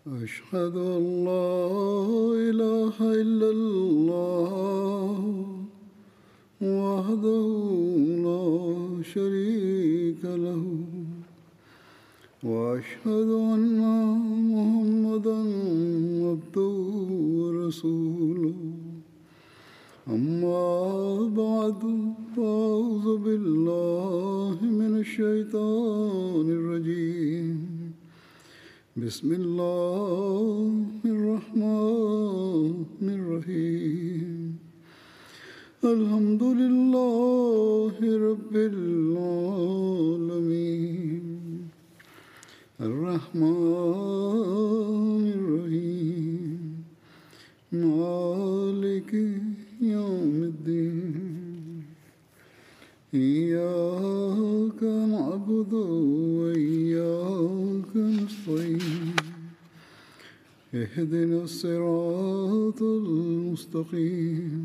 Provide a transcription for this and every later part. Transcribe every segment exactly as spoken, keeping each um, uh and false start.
أشهد أن لا إله إلا الله وحده لا شريك له وأشهد أن محمدا عبده ورسوله أما بعد فأعوذ بالله من الشيطان الرجيم بسم الله الرحمن الرحيم الحمد لله رب العالمين الرحمن الرحيم مالك يوم الدين إياك نعبد وإياك نستعين اهدنا الصراط المستقيم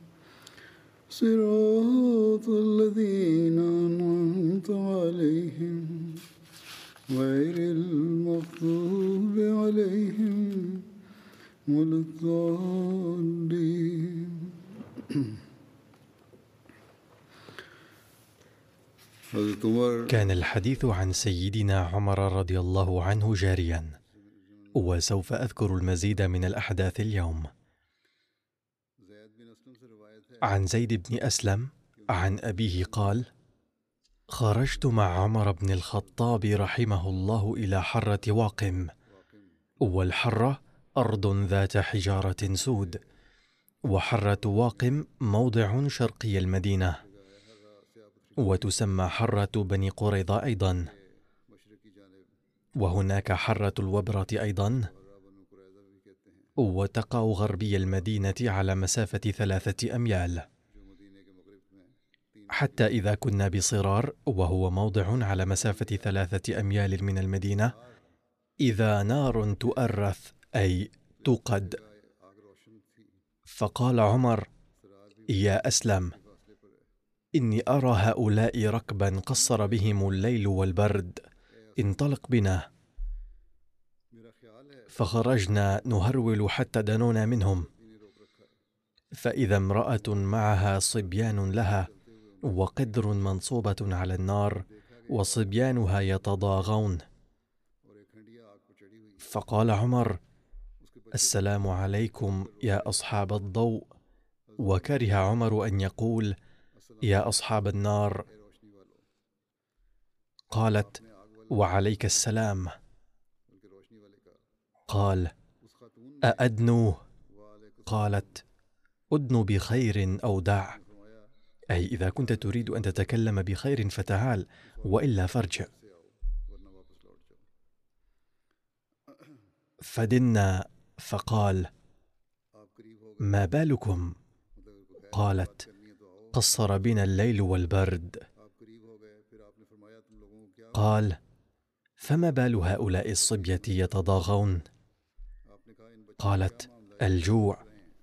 صراط الذين أنعمت عليهم غير المغضوب عليهم ولا الضالين. كان الحديث عن سيدنا عمر رضي الله عنه جاريا، وسوف أذكر المزيد من الأحداث اليوم. عن زيد بن أسلم عن أبيه قال: خرجت مع عمر بن الخطاب رحمه الله إلى حرة واقم، والحرة أرض ذات حجارة سود، وحرة واقم موضع شرقي المدينة، وتسمى حرة بني قريظة أيضا، وهناك حرة الوبرة أيضا، وتقع غربي المدينة على مسافة ثلاثة أميال، حتى إذا كنا بصرار وهو موضع على مسافة ثلاثة أميال من المدينة، إذا نار تؤرث أي توقد. فقال عمر: يا أسلم، إني أرى هؤلاء ركبا قصر بهم الليل والبرد، انطلق بنا. فخرجنا نهرول حتى دنونا منهم، فإذا امرأة معها صبيان لها وقدر منصوبة على النار وصبيانها يتضاغون. فقال عمر: السلام عليكم يا أصحاب الضوء، وكره عمر أن يقول يا أصحاب النار. قالت: وعليك السلام. قال: أأدنوه؟ قالت: أدن بخير أو دع، أي إذا كنت تريد أن تتكلم بخير فتعال، وإلا فارجع. فدنا، فقال: ما بالكم؟ قالت: قصر بنا الليل والبرد. قال: فما بال هؤلاء الصبية يتضاغون؟ قالت: الجوع.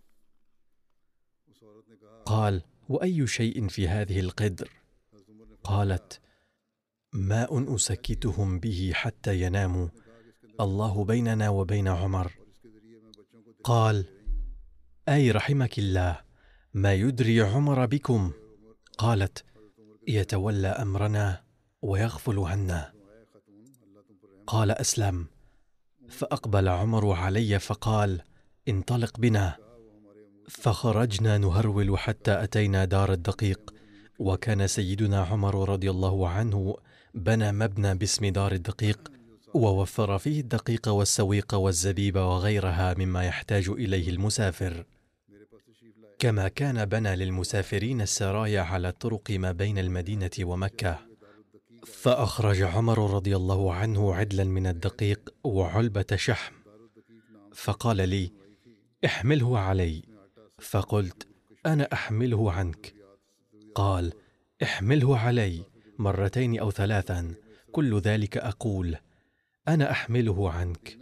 قال: وأي شيء في هذه القدر؟ قالت: ماء أسكتهم به حتى يناموا، الله بيننا وبين عمر. قال: أي رحمك الله، ما يدري عمر بكم؟ قالت: يتولى أمرنا ويغفل عنا. قال أسلم: فأقبل عمر علي فقال: انطلق بنا. فخرجنا نهرول حتى أتينا دار الدقيق، وكان سيدنا عمر رضي الله عنه بنى مبنى باسم دار الدقيق، ووفر فيه الدقيق والسويق والزبيب وغيرها مما يحتاج إليه المسافر، كما كان بنى للمسافرين السرايا على الطرق ما بين المدينة ومكة. فأخرج عمر رضي الله عنه عدلا من الدقيق وعلبة شحم، فقال لي: احمله علي. فقلت: أنا أحمله عنك. قال: احمله علي مرتين أو ثلاثا، كل ذلك أقول أنا أحمله عنك.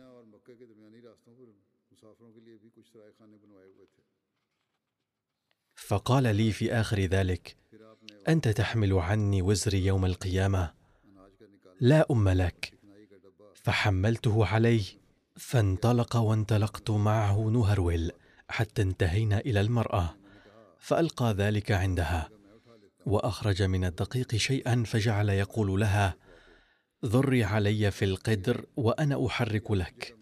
فقال لي في آخر ذلك: أنت تحمل عني وزري يوم القيامة؟ لا أم لك. فحملته عليه فانطلق وانطلقت معه نهرول حتى انتهينا إلى المرأة، فألقى ذلك عندها وأخرج من الدقيق شيئا فجعل يقول لها: ذري علي في القدر وأنا أحرك لك.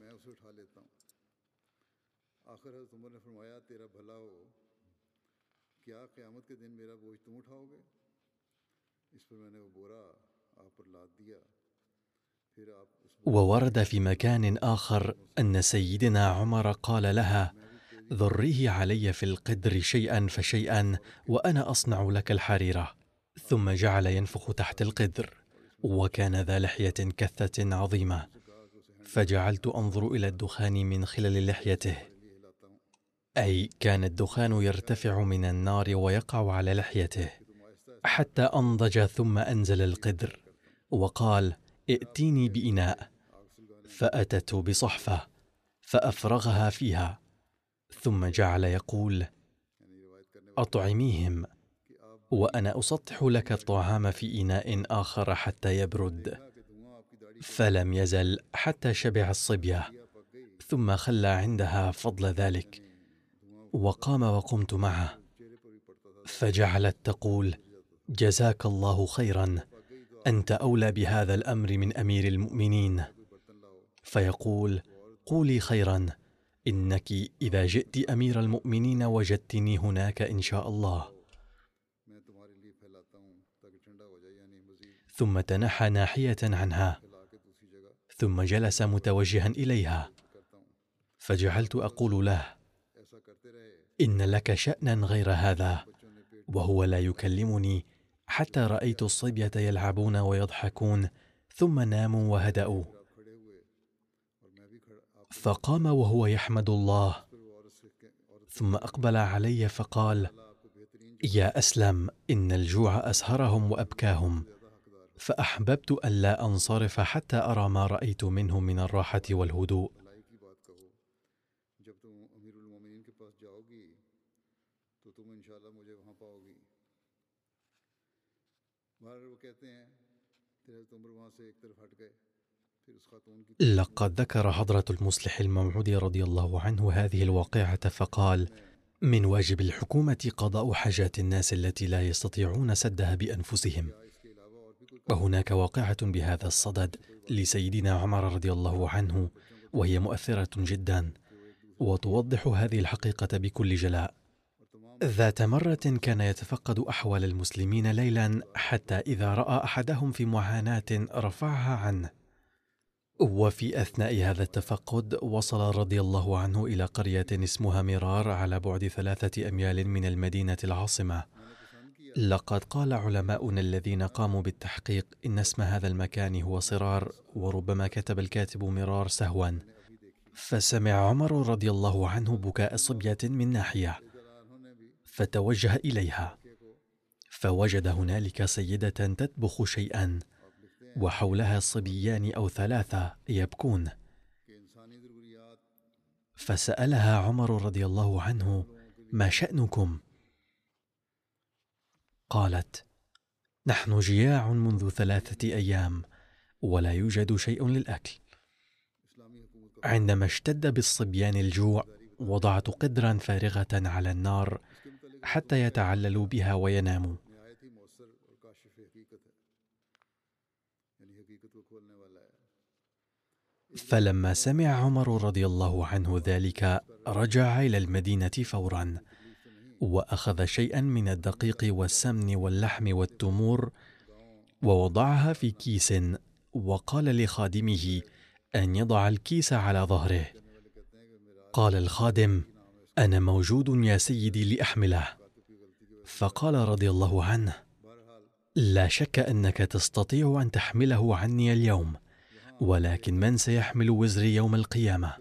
وورد في مكان آخر أن سيدنا عمر قال لها: ذريه علي في القدر شيئا فشيئا وأنا أصنع لك الحريرة. ثم جعل ينفخ تحت القدر، وكان ذا لحية كثة عظيمة، فجعلت أنظر إلى الدخان من خلال لحيته، أي كان الدخان يرتفع من النار ويقع على لحيته، حتى أنضج ثم أنزل القدر وقال: ائتيني بإناء. فأتت بصحفة فأفرغها فيها، ثم جعل يقول: أطعميهم وأنا أسطح لك الطعام في إناء آخر حتى يبرد. فلم يزل حتى شبع الصبية، ثم خلى عندها فضل ذلك، وقام وقمت معه، فجعلت تقول: جزاك الله خيرا، أنت أولى بهذا الأمر من أمير المؤمنين. فيقول: قولي خيرا، إنك إذا جئت أمير المؤمنين وجدتني هناك إن شاء الله. ثم تنحى ناحية عنها، ثم جلس متوجها إليها، فجعلت أقول له: إن لك شأنا غير هذا. وهو لا يكلمني حتى رأيت الصبية يلعبون ويضحكون، ثم ناموا وهدأوا. فقام وهو يحمد الله، ثم أقبل علي فقال: يا أسلم، إن الجوع أسهرهم وأبكاهم، فأحببت ألا أنصرف حتى أرى ما رأيت منه من الراحة والهدوء. لقد ذكر حضرة المصلح الموعود رضي الله عنه هذه الواقعة فقال: من واجب الحكومة قضاء حاجات الناس التي لا يستطيعون سدها بأنفسهم. وهناك واقعة بهذا الصدد لسيدنا عمر رضي الله عنه، وهي مؤثرة جدا وتوضح هذه الحقيقة بكل جلاء. ذات مرة كان يتفقد أحوال المسلمين ليلا، حتى إذا رأى أحدهم في معاناة رفعها عنه. وفي أثناء هذا التفقد وصل رضي الله عنه إلى قرية اسمها مرار على بعد ثلاثة أميال من المدينة العاصمة. لقد قال علماؤنا الذين قاموا بالتحقيق إن اسم هذا المكان هو صرار، وربما كتب الكاتب مرار سهوا. فسمع عمر رضي الله عنه بكاء صبية من ناحية، فتوجه إليها، فوجد هنالك سيدة تطبخ شيئا، وحولها صبيان أو ثلاثة يبكون. فسألها عمر رضي الله عنه: ما شأنكم؟ قالت: نحن جياع منذ ثلاثة أيام ولا يوجد شيء للأكل. عندما اشتد بالصبيان الجوع وضعت قدرا فارغة على النار حتى يتعللوا بها ويناموا. فلما سمع عمر رضي الله عنه ذلك رجع إلى المدينة فورا، وأخذ شيئا من الدقيق والسمن واللحم والتمور ووضعها في كيس، وقال لخادمه أن يضع الكيس على ظهره. قال الخادم: أنا موجود يا سيدي لأحمله. فقال رضي الله عنه: لا شك أنك تستطيع أن تحمله عني اليوم، ولكن من سيحمل وزري يوم القيامة؟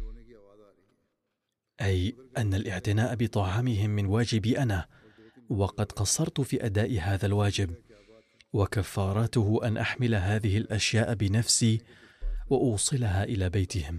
أي أن الاعتناء بطعامهم من واجبي أنا، وقد قصرت في أداء هذا الواجب، وكفارته أن أحمل هذه الأشياء بنفسي وأوصلها إلى بيتهم.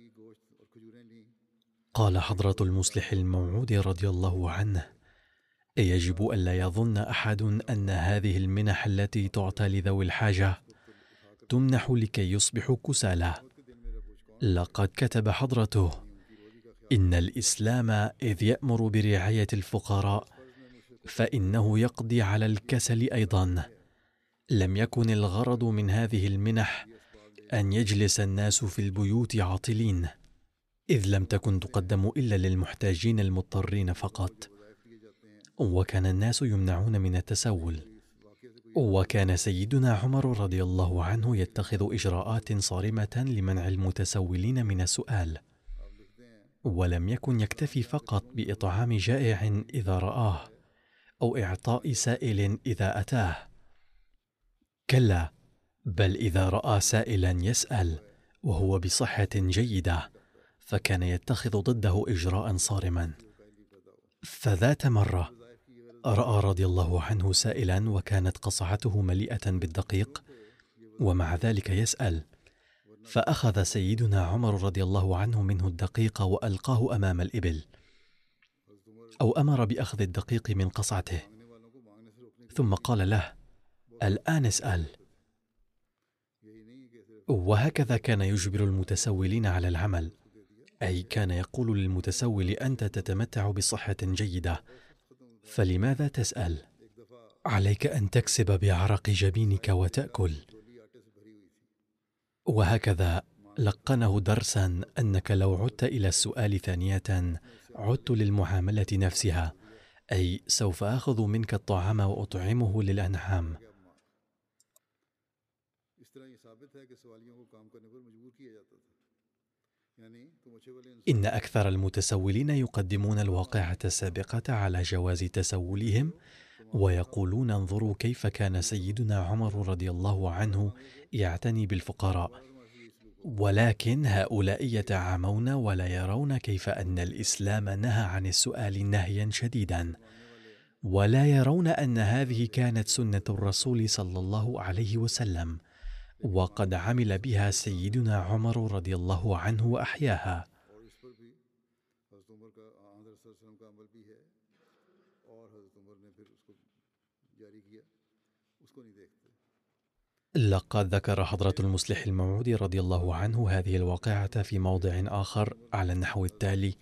قال حضرة المصلح الموعود رضي الله عنه: يجب ألا يظن أحد أن هذه المنح التي تعطى لذوي الحاجة تمنح لكي يصبحوا كسالى. لقد كتب حضرته: إن الإسلام إذ يأمر برعاية الفقراء فإنه يقضي على الكسل أيضا. لم يكن الغرض من هذه المنح أن يجلس الناس في البيوت عاطلين، إذ لم تكن تقدم إلا للمحتاجين المضطرين فقط، وكان الناس يمنعون من التسول. وكان سيدنا عمر رضي الله عنه يتخذ إجراءات صارمة لمنع المتسولين من السؤال، ولم يكن يكتفي فقط بإطعام جائع إذا رآه أو إعطاء سائل إذا أتاه، كلا، بل إذا رأى سائلا يسأل وهو بصحة جيدة فكان يتخذ ضده إجراء صارما. فذات مرة رأى رضي الله عنه سائلا وكانت قصعته مليئة بالدقيق ومع ذلك يسأل، فأخذ سيدنا عمر رضي الله عنه منه الدقيق وألقاه أمام الإبل، أو أمر بأخذ الدقيق من قصعته، ثم قال له: الآن اسأل. وهكذا كان يجبر المتسولين على العمل، أي كان يقول للمتسول: أنت تتمتع بصحة جيدة، فلماذا تسأل؟ عليك أن تكسب بعرق جبينك وتأكل. وهكذا لقنه درسا أنك لو عدت إلى السؤال ثانية عدت للمعاملة نفسها، أي سوف أخذ منك الطعام وأطعمه للأنعام. إن أكثر المتسولين يقدمون الواقعة السابقة على جواز تسولهم، ويقولون: انظروا كيف كان سيدنا عمر رضي الله عنه يعتني بالفقراء. ولكن هؤلاء يتعامون ولا يرون كيف أن الإسلام نهى عن السؤال نهيا شديدا، ولا يرون أن هذه كانت سنة الرسول صلى الله عليه وسلم، وقد عمل بها سيدنا عمر رضي الله عنه وأحياها. لقد ذكر حضرة المصلح الموعودي رضي الله عنه هذه الواقعة في موضع آخر على النحو التالي: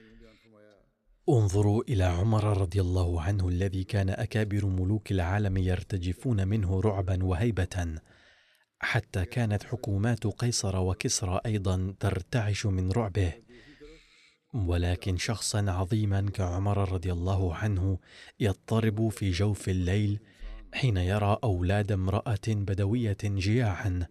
انظروا إلى عمر رضي الله عنه الذي كان أكابر ملوك العالم يرتجفون منه رعبا وهيبة، حتى كانت حكومات قيصر وكسرى أيضا ترتعش من رعبه. ولكن شخصا عظيما كعمر رضي الله عنه يضطرب في جوف الليل حين يرى أولاد امرأة بدوية جياعا،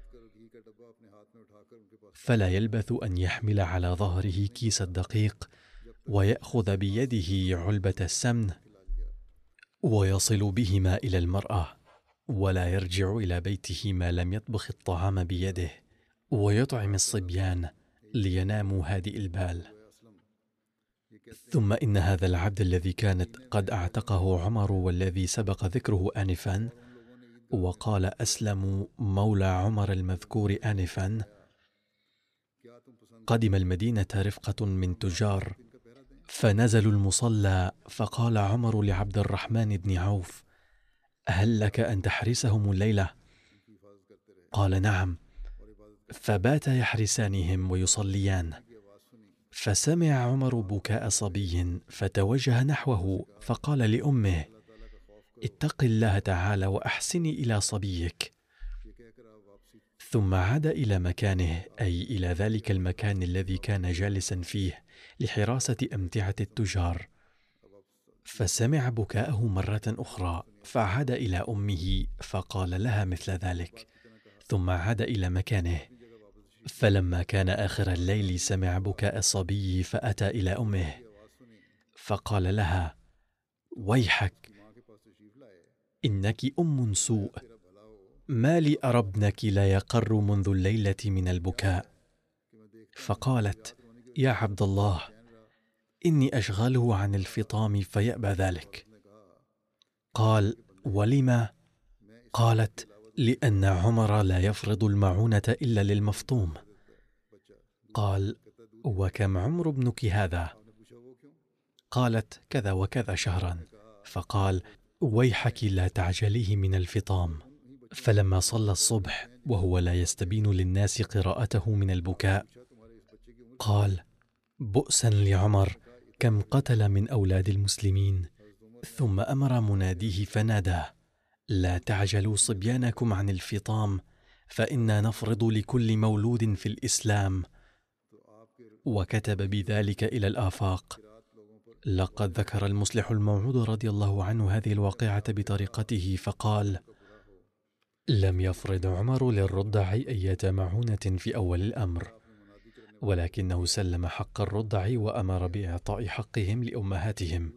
فلا يلبث أن يحمل على ظهره كيس الدقيق ويأخذ بيده علبة السمن ويصل بهما إلى المرأة، ولا يرجع إلى بيته ما لم يطبخ الطعام بيده، ويطعم الصبيان ليناموا هادئ البال. ثم إن هذا العبد الذي كانت قد أعتقه عمر والذي سبق ذكره آنفا وقال أسلم مولى عمر المذكور آنفا، قدم المدينة رفقة من تجار فنزلوا المصلى، فقال عمر لعبد الرحمن بن عوف: هل لك أن تحرسهم الليلة؟ قال: نعم. فبات يحرسانهم ويصليان، فسمع عمر بكاء صبي فتوجه نحوه فقال لأمه: اتق الله تعالى وأحسني إلى صبيك. ثم عاد إلى مكانه، أي إلى ذلك المكان الذي كان جالسا فيه لحراسة أمتعة التجار، فسمع بكاءه مرة أخرى فعاد إلى أمه فقال لها مثل ذلك، ثم عاد إلى مكانه. فلما كان آخر الليل سمع بكاء الصبي فأتى إلى أمه فقال لها: ويحك، إنك أم سوء، ما لي أرى ابنك لا يقر منذ الليلة من البكاء. فقالت: يا عبد الله، إني أشغله عن الفطام فيأبى ذلك. قال: ولما؟ قالت: لأن عمر لا يفرض المعونة إلا للمفطوم. قال: وكم عمر ابنك هذا؟ قالت: كذا وكذا شهرا. فقال: ويحك لا تعجليه من الفطام. فلما صلى الصبح وهو لا يستبين للناس قراءته من البكاء، قال: بؤسا لعمر، كم قتل من أولاد المسلمين. ثم أمر مناديه فناداه: لا تعجلوا صبيانكم عن الفطام، فإنا نفرض لكل مولود في الإسلام. وكتب بذلك إلى الآفاق. لقد ذكر المصلح الموعود رضي الله عنه هذه الواقعة بطريقته فقال: لم يفرض عمر للرضع أية معونة في أول الأمر، ولكنه سلم حق الرضع وأمر بإعطاء حقهم لأمهاتهم.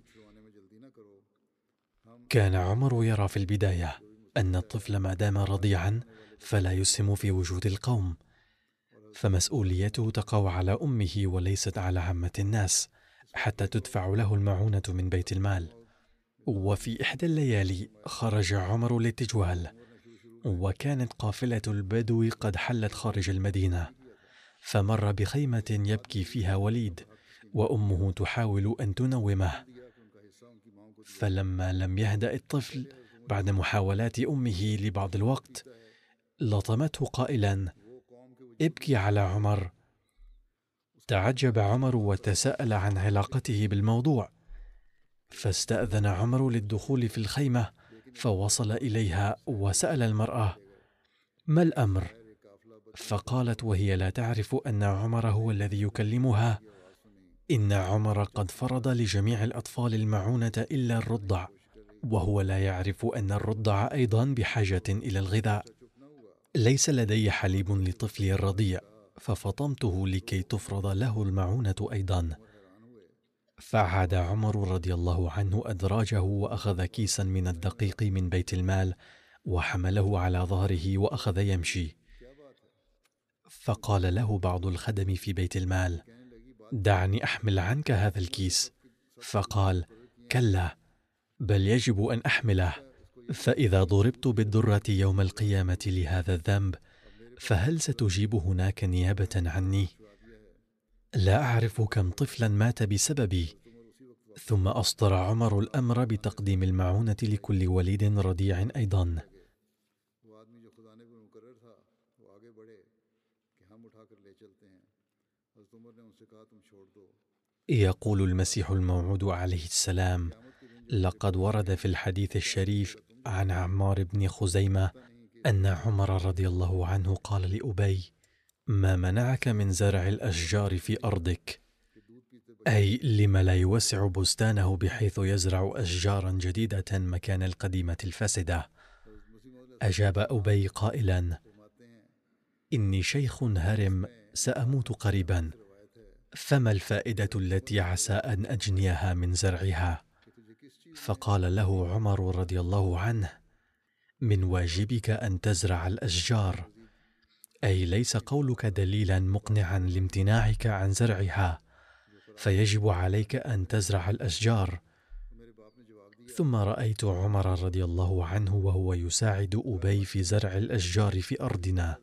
كان عمر يرى في البداية أن الطفل ما دام رضيعا فلا يسهم في وجود القوم، فمسؤوليته تقع على أمه وليست على عامة الناس حتى تدفع له المعونة من بيت المال. وفي إحدى الليالي خرج عمر للتجوال، وكانت قافلة البدو قد حلت خارج المدينة، فمر بخيمة يبكي فيها وليد وأمه تحاول أن تنومه. فلما لم يهدأ الطفل بعد محاولات أمه لبعض الوقت، لطمته قائلا: ابكي على عمر. تعجب عمر وتساءل عن علاقته بالموضوع، فاستأذن عمر للدخول في الخيمة، فوصل إليها وسأل المرأة: ما الأمر؟ فقالت وهي لا تعرف أن عمر هو الذي يكلمها: إن عمر قد فرض لجميع الأطفال المعونة إلا الرضع، وهو لا يعرف أن الرضع أيضا بحاجة إلى الغذاء. ليس لدي حليب لطفلي الرضيع، ففطمته لكي تفرض له المعونة أيضا. فعاد عمر رضي الله عنه أدراجه وأخذ كيسا من الدقيق من بيت المال وحمله على ظهره وأخذ يمشي. فقال له بعض الخدم في بيت المال: دعني أحمل عنك هذا الكيس. فقال: كلا، بل يجب أن أحمله، فإذا ضربت بالدرة يوم القيامة لهذا الذنب فهل ستجيب هناك نيابة عني؟ لا أعرف كم طفلا مات بسببي. ثم أصدر عمر الأمر بتقديم المعونة لكل وليد رضيع أيضا. يقول المسيح الموعود عليه السلام: لقد ورد في الحديث الشريف عن عمار بن خزيمة أن عمر رضي الله عنه قال لأبي: ما منعك من زرع الأشجار في أرضك؟ أي لما لا يوسع بستانه بحيث يزرع أشجارا جديدة مكان القديمة الفاسدة؟ أجاب أبي قائلا: إني شيخ هرم سأموت قريبا، فما الفائدة التي عسى أن أجنيها من زرعها؟ فقال له عمر رضي الله عنه: من واجبك أن تزرع الأشجار، أي ليس قولك دليلا مقنعا لامتناعك عن زرعها، فيجب عليك أن تزرع الأشجار. ثم رأيت عمر رضي الله عنه وهو يساعد أبي في زرع الأشجار في أرضنا.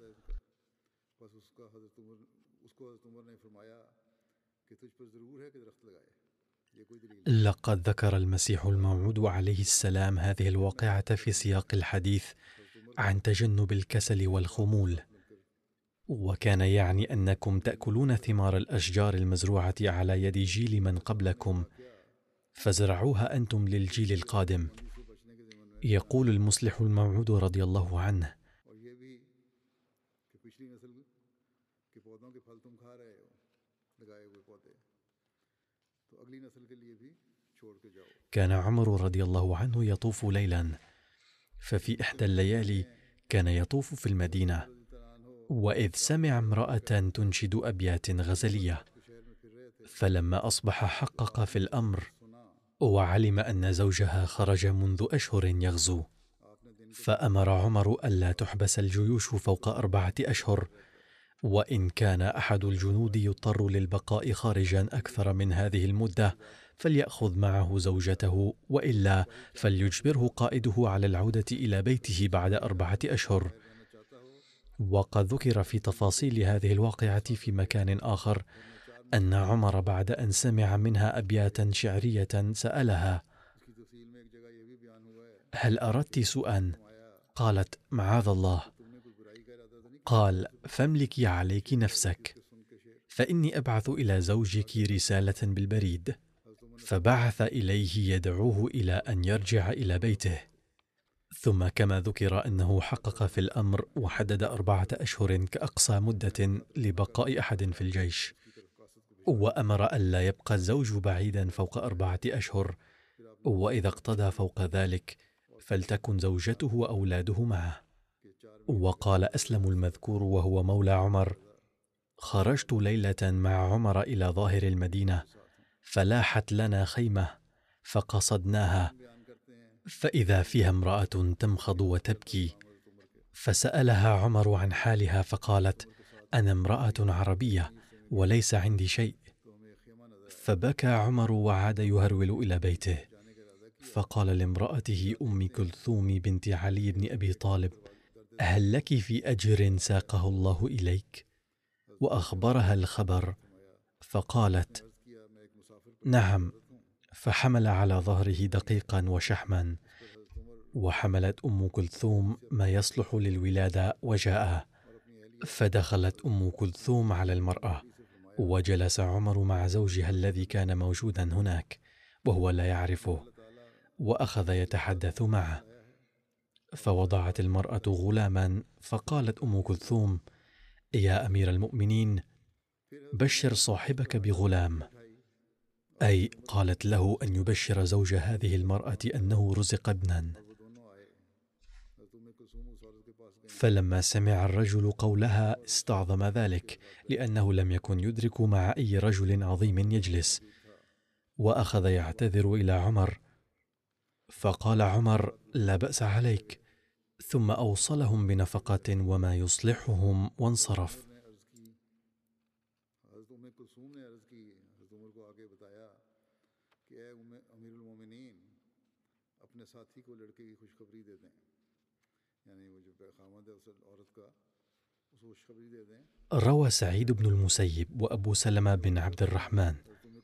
لقد ذكر المسيح الموعود عليه السلام هذه الواقعة في سياق الحديث عن تجنب الكسل والخمول، وكان يعني أنكم تأكلون ثمار الأشجار المزروعة على يد جيل من قبلكم، فزرعوها أنتم للجيل القادم. يقول المصلح الموعود رضي الله عنه: كان عمر رضي الله عنه يطوف ليلا، ففي إحدى الليالي كان يطوف في المدينة، وإذ سمع امرأة تنشد أبيات غزلية، فلما أصبح حقق في الأمر وعلم أن زوجها خرج منذ أشهر يغزو، فأمر عمر ألا تحبس الجيوش فوق أربعة أشهر، وإن كان أحد الجنود يضطر للبقاء خارجا أكثر من هذه المدة فليأخذ معه زوجته، وإلا فليجبره قائده على العودة إلى بيته بعد أربعة أشهر. وقد ذكر في تفاصيل هذه الواقعة في مكان آخر أن عمر بعد أن سمع منها أبياتا شعرية سألها: هل أردت سوءا؟ قالت: معاذ الله. قال: فاملكي عليك نفسك، فإني أبعث إلى زوجك رسالة بالبريد. فبعث إليه يدعوه إلى أن يرجع إلى بيته. ثم كما ذكر أنه حقق في الأمر وحدد أربعة أشهر كأقصى مدة لبقاء أحد في الجيش، وأمر ألا يبقى الزوج بعيدا فوق أربعة أشهر، وإذا اقتضى فوق ذلك فلتكن زوجته وأولاده معه. وقال أسلم المذكور وهو مولى عمر: خرجت ليلة مع عمر إلى ظاهر المدينة، فلاحت لنا خيمة فقصدناها، فإذا فيها امرأة تمخض وتبكي، فسألها عمر عن حالها فقالت: أنا امرأة عربية وليس عندي شيء. فبكى عمر وعاد يهرول إلى بيته، فقال لامرأته أم كلثوم بنت علي بن أبي طالب: هل لك في أجر ساقه الله إليك؟ وأخبرها الخبر، فقالت: نعم. فحمل على ظهره دقيقا وشحما، وحملت أم كلثوم ما يصلح للولادة وجاء. فدخلت أم كلثوم على المرأة، وجلس عمر مع زوجها الذي كان موجودا هناك وهو لا يعرفه، وأخذ يتحدث معه. فوضعت المرأة غلاما، فقالت أم كلثوم: يا أمير المؤمنين، بشر صاحبك بغلام. أي قالت له أن يبشر زوج هذه المرأة أنه رزق ابنا. فلما سمع الرجل قولها استعظم ذلك، لأنه لم يكن يدرك مع أي رجل عظيم يجلس، وأخذ يعتذر إلى عمر. فقال عمر: لا بأس عليك، ثم أوصلهم بنفقة وما يصلحهم وانصرف. روى سعيد بن المسيب وأبو سلمة بن عبد الرحمن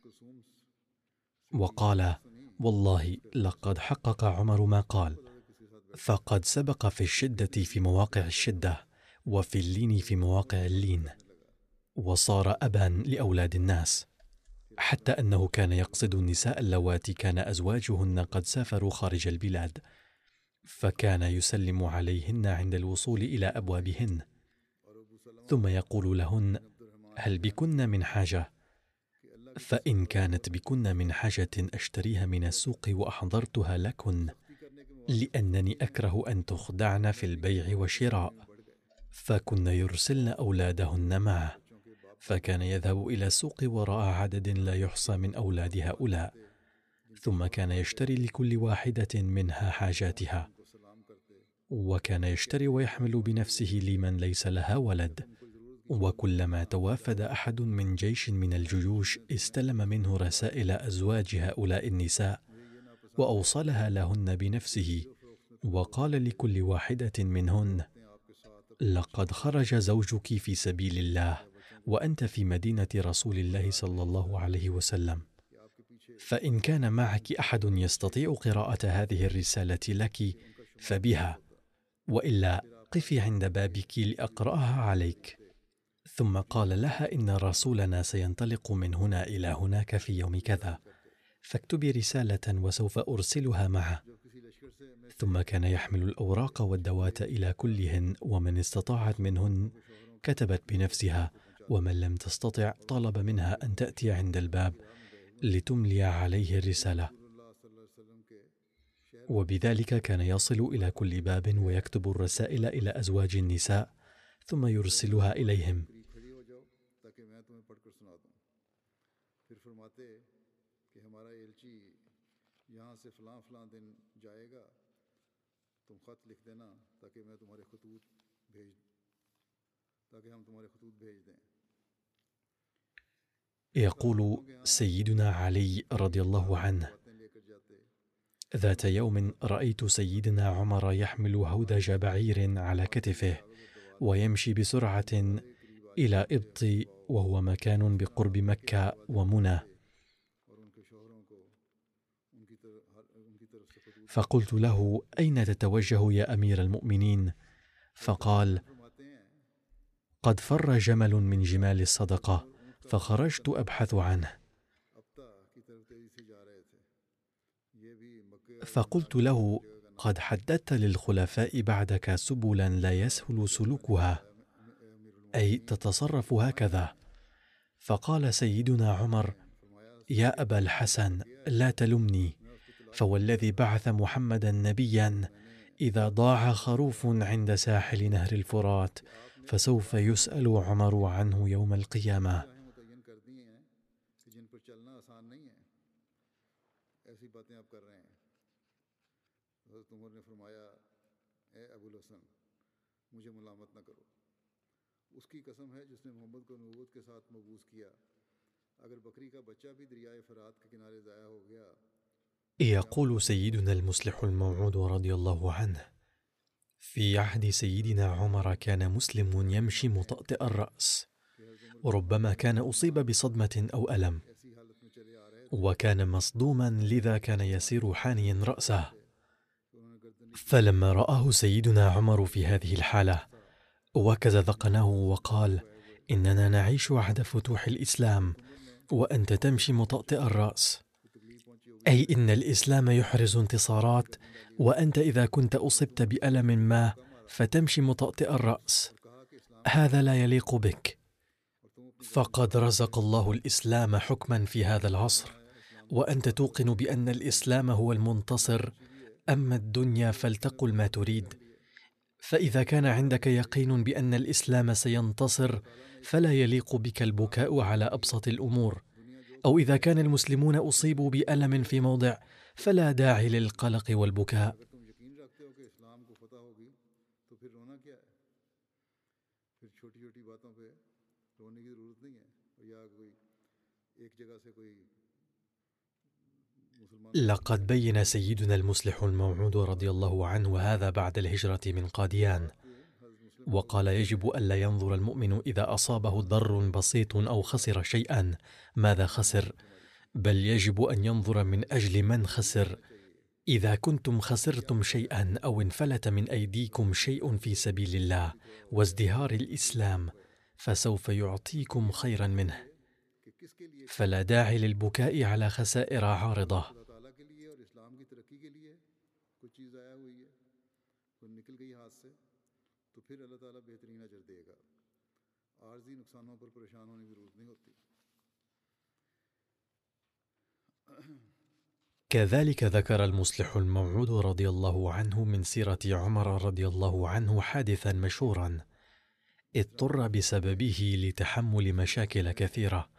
وقال: والله لقد حقق عمر ما قال، فقد سبق في الشدة في مواقع الشدة، وفي اللين في مواقع اللين، وصار أبا لأولاد الناس، حتى أنه كان يقصد النساء اللواتي كان أزواجهن قد سافروا خارج البلاد، فكان يسلم عليهن عند الوصول إلى أبوابهن، ثم يقول لهن: هل بكن من حاجة؟ فإن كانت بكن من حاجة أشتريها من السوق وأحضرتها لكن، لأنني أكره أن تخدعن في البيع والشراء. فكن يرسلن أولادهن معه، فكان يذهب إلى السوق وراء عدد لا يحصى من أولاد هؤلاء، ثم كان يشتري لكل واحدة منها حاجاتها، وكان يشتري ويحمل بنفسه لمن ليس لها ولد. وكلما توافد أحد من جيش من الجيوش استلم منه رسائل أزواج هؤلاء النساء وأوصلها لهن بنفسه، وقال لكل واحدة منهن: لقد خرج زوجك في سبيل الله وأنت في مدينة رسول الله صلى الله عليه وسلم، فإن كان معك أحد يستطيع قراءة هذه الرسالة لك فبها، وإلا قفي عند بابك لأقرأها عليك. ثم قال لها: إن رسولنا سينطلق من هنا إلى هناك في يوم كذا، فاكتبي رسالة وسوف أرسلها معه. ثم كان يحمل الأوراق والدوات إلى كلهن، ومن استطاعت منهن كتبت بنفسها، ومن لم تستطع طلب منها أن تأتي عند الباب لتملي عليه الرسالة. وبذلك كان يصل إلى كل باب ويكتب الرسائل إلى أزواج النساء ثم يرسلها إليهم. يقول سيدنا علي رضي الله عنه: ذات يوم رأيت سيدنا عمر يحمل هودج بعير على كتفه ويمشي بسرعة إلى إبط، وهو مكان بقرب مكة ومنى، فقلت له: أين تتوجه يا أمير المؤمنين؟ فقال: قد فر جمل من جمال الصدقة فخرجت أبحث عنه. فقلت له: قد حددت للخلفاء بعدك سبلا لا يسهل سلوكها، أي تتصرف هكذا. فقال سيدنا عمر: يا أبا الحسن، لا تلمني، فوالذي بعث محمدا نبيا إذا ضاع خروف عند ساحل نهر الفرات فسوف يسأل عمر عنه يوم القيامة. يقول سيدنا المصلح الموعود رضي الله عنه: في عهد سيدنا عمر كان مسلم يمشي مطأطئ الرأس، وربما كان أصيب بصدمة أو ألم، وكان مصدوما لذا كان يسير حانيا رأسه. فلما رآه سيدنا عمر في هذه الحالة وكز ذقنه وقال: إننا نعيش عهد فتوح الإسلام وأنت تمشي مطأطئ الرأس، أي إن الإسلام يحرز انتصارات، وأنت إذا كنت أصبت بألم ما فتمشي مطأطئ الرأس، هذا لا يليق بك. فقد رزق الله الإسلام حكما في هذا العصر، وأنت توقن بأن الإسلام هو المنتصر، أما الدنيا فلتقل ما تريد. فإذا كان عندك يقين بأن الإسلام سينتصر فلا يليق بك البكاء على أبسط الأمور، أو إذا كان المسلمون أصيبوا بألم في موضع فلا داعي للقلق والبكاء. لقد بين سيدنا المصلح الموعود رضي الله عنه هذا بعد الهجرة من قاديان، وقال: يجب ألا ينظر المؤمن إذا أصابه ضر بسيط أو خسر شيئا ماذا خسر، بل يجب أن ينظر من أجل من خسر. إذا كنتم خسرتم شيئا أو انفلت من أيديكم شيء في سبيل الله وازدهار الإسلام فسوف يعطيكم خيرا منه، فلا داعي للبكاء على خسائر عارضة. كذلك ذكر المصلح الموعود رضي الله عنه من سيرة عمر رضي الله عنه حادثا مشهورا اضطر بسببه لتحمل مشاكل كثيرة،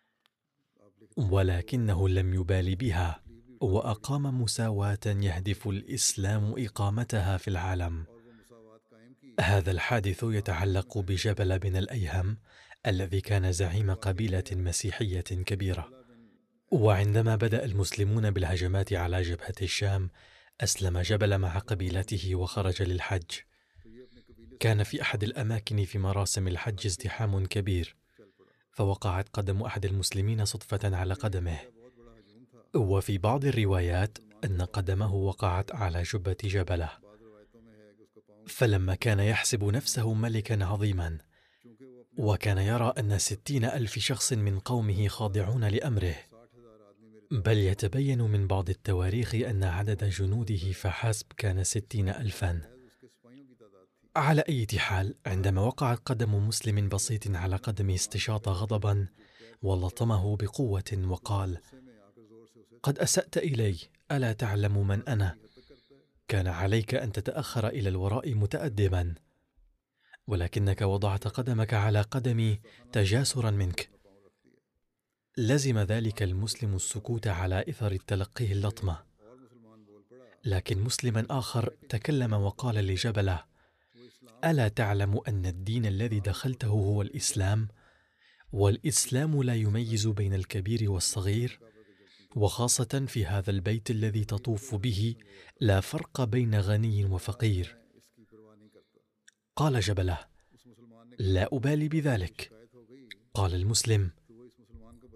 ولكنه لم يبال بها، وأقام مساواة يهدف الإسلام إقامتها في العالم. هذا الحادث يتعلق بجبل بن الأيهم الذي كان زعيم قبيلة مسيحية كبيرة، وعندما بدأ المسلمون بالهجمات على جبهة الشام أسلم جبل مع قبيلته وخرج للحج. كان في أحد الأماكن في مراسم الحج ازدحام كبير، فوقعت قدم أحد المسلمين صدفة على قدمه، وفي بعض الروايات أن قدمه وقعت على جبة جبله. فلما كان يحسب نفسه ملكا عظيما وكان يرى أن ستين ألف شخص من قومه خاضعون لأمره، بل يتبين من بعض التواريخ أن عدد جنوده فحسب كان ستين ألفا. على أي حال، عندما وقعت قدم مسلم بسيط على قدمه استشاط غضبا ولطمه بقوة وقال: قد أسأت إلي، ألا تعلم من أنا؟ كان عليك أن تتأخر إلى الوراء متأدبا، ولكنك وضعت قدمك على قدمي تجاسرا منك. لزم ذلك المسلم السكوت على إثر تلقيه اللطمة، لكن مسلما آخر تكلم وقال لجبله: ألا تعلم أن الدين الذي دخلته هو الإسلام، والإسلام لا يميز بين الكبير والصغير، وخاصة في هذا البيت الذي تطوف به لا فرق بين غني وفقير. قال جبله: لا أبالي بذلك. قال المسلم: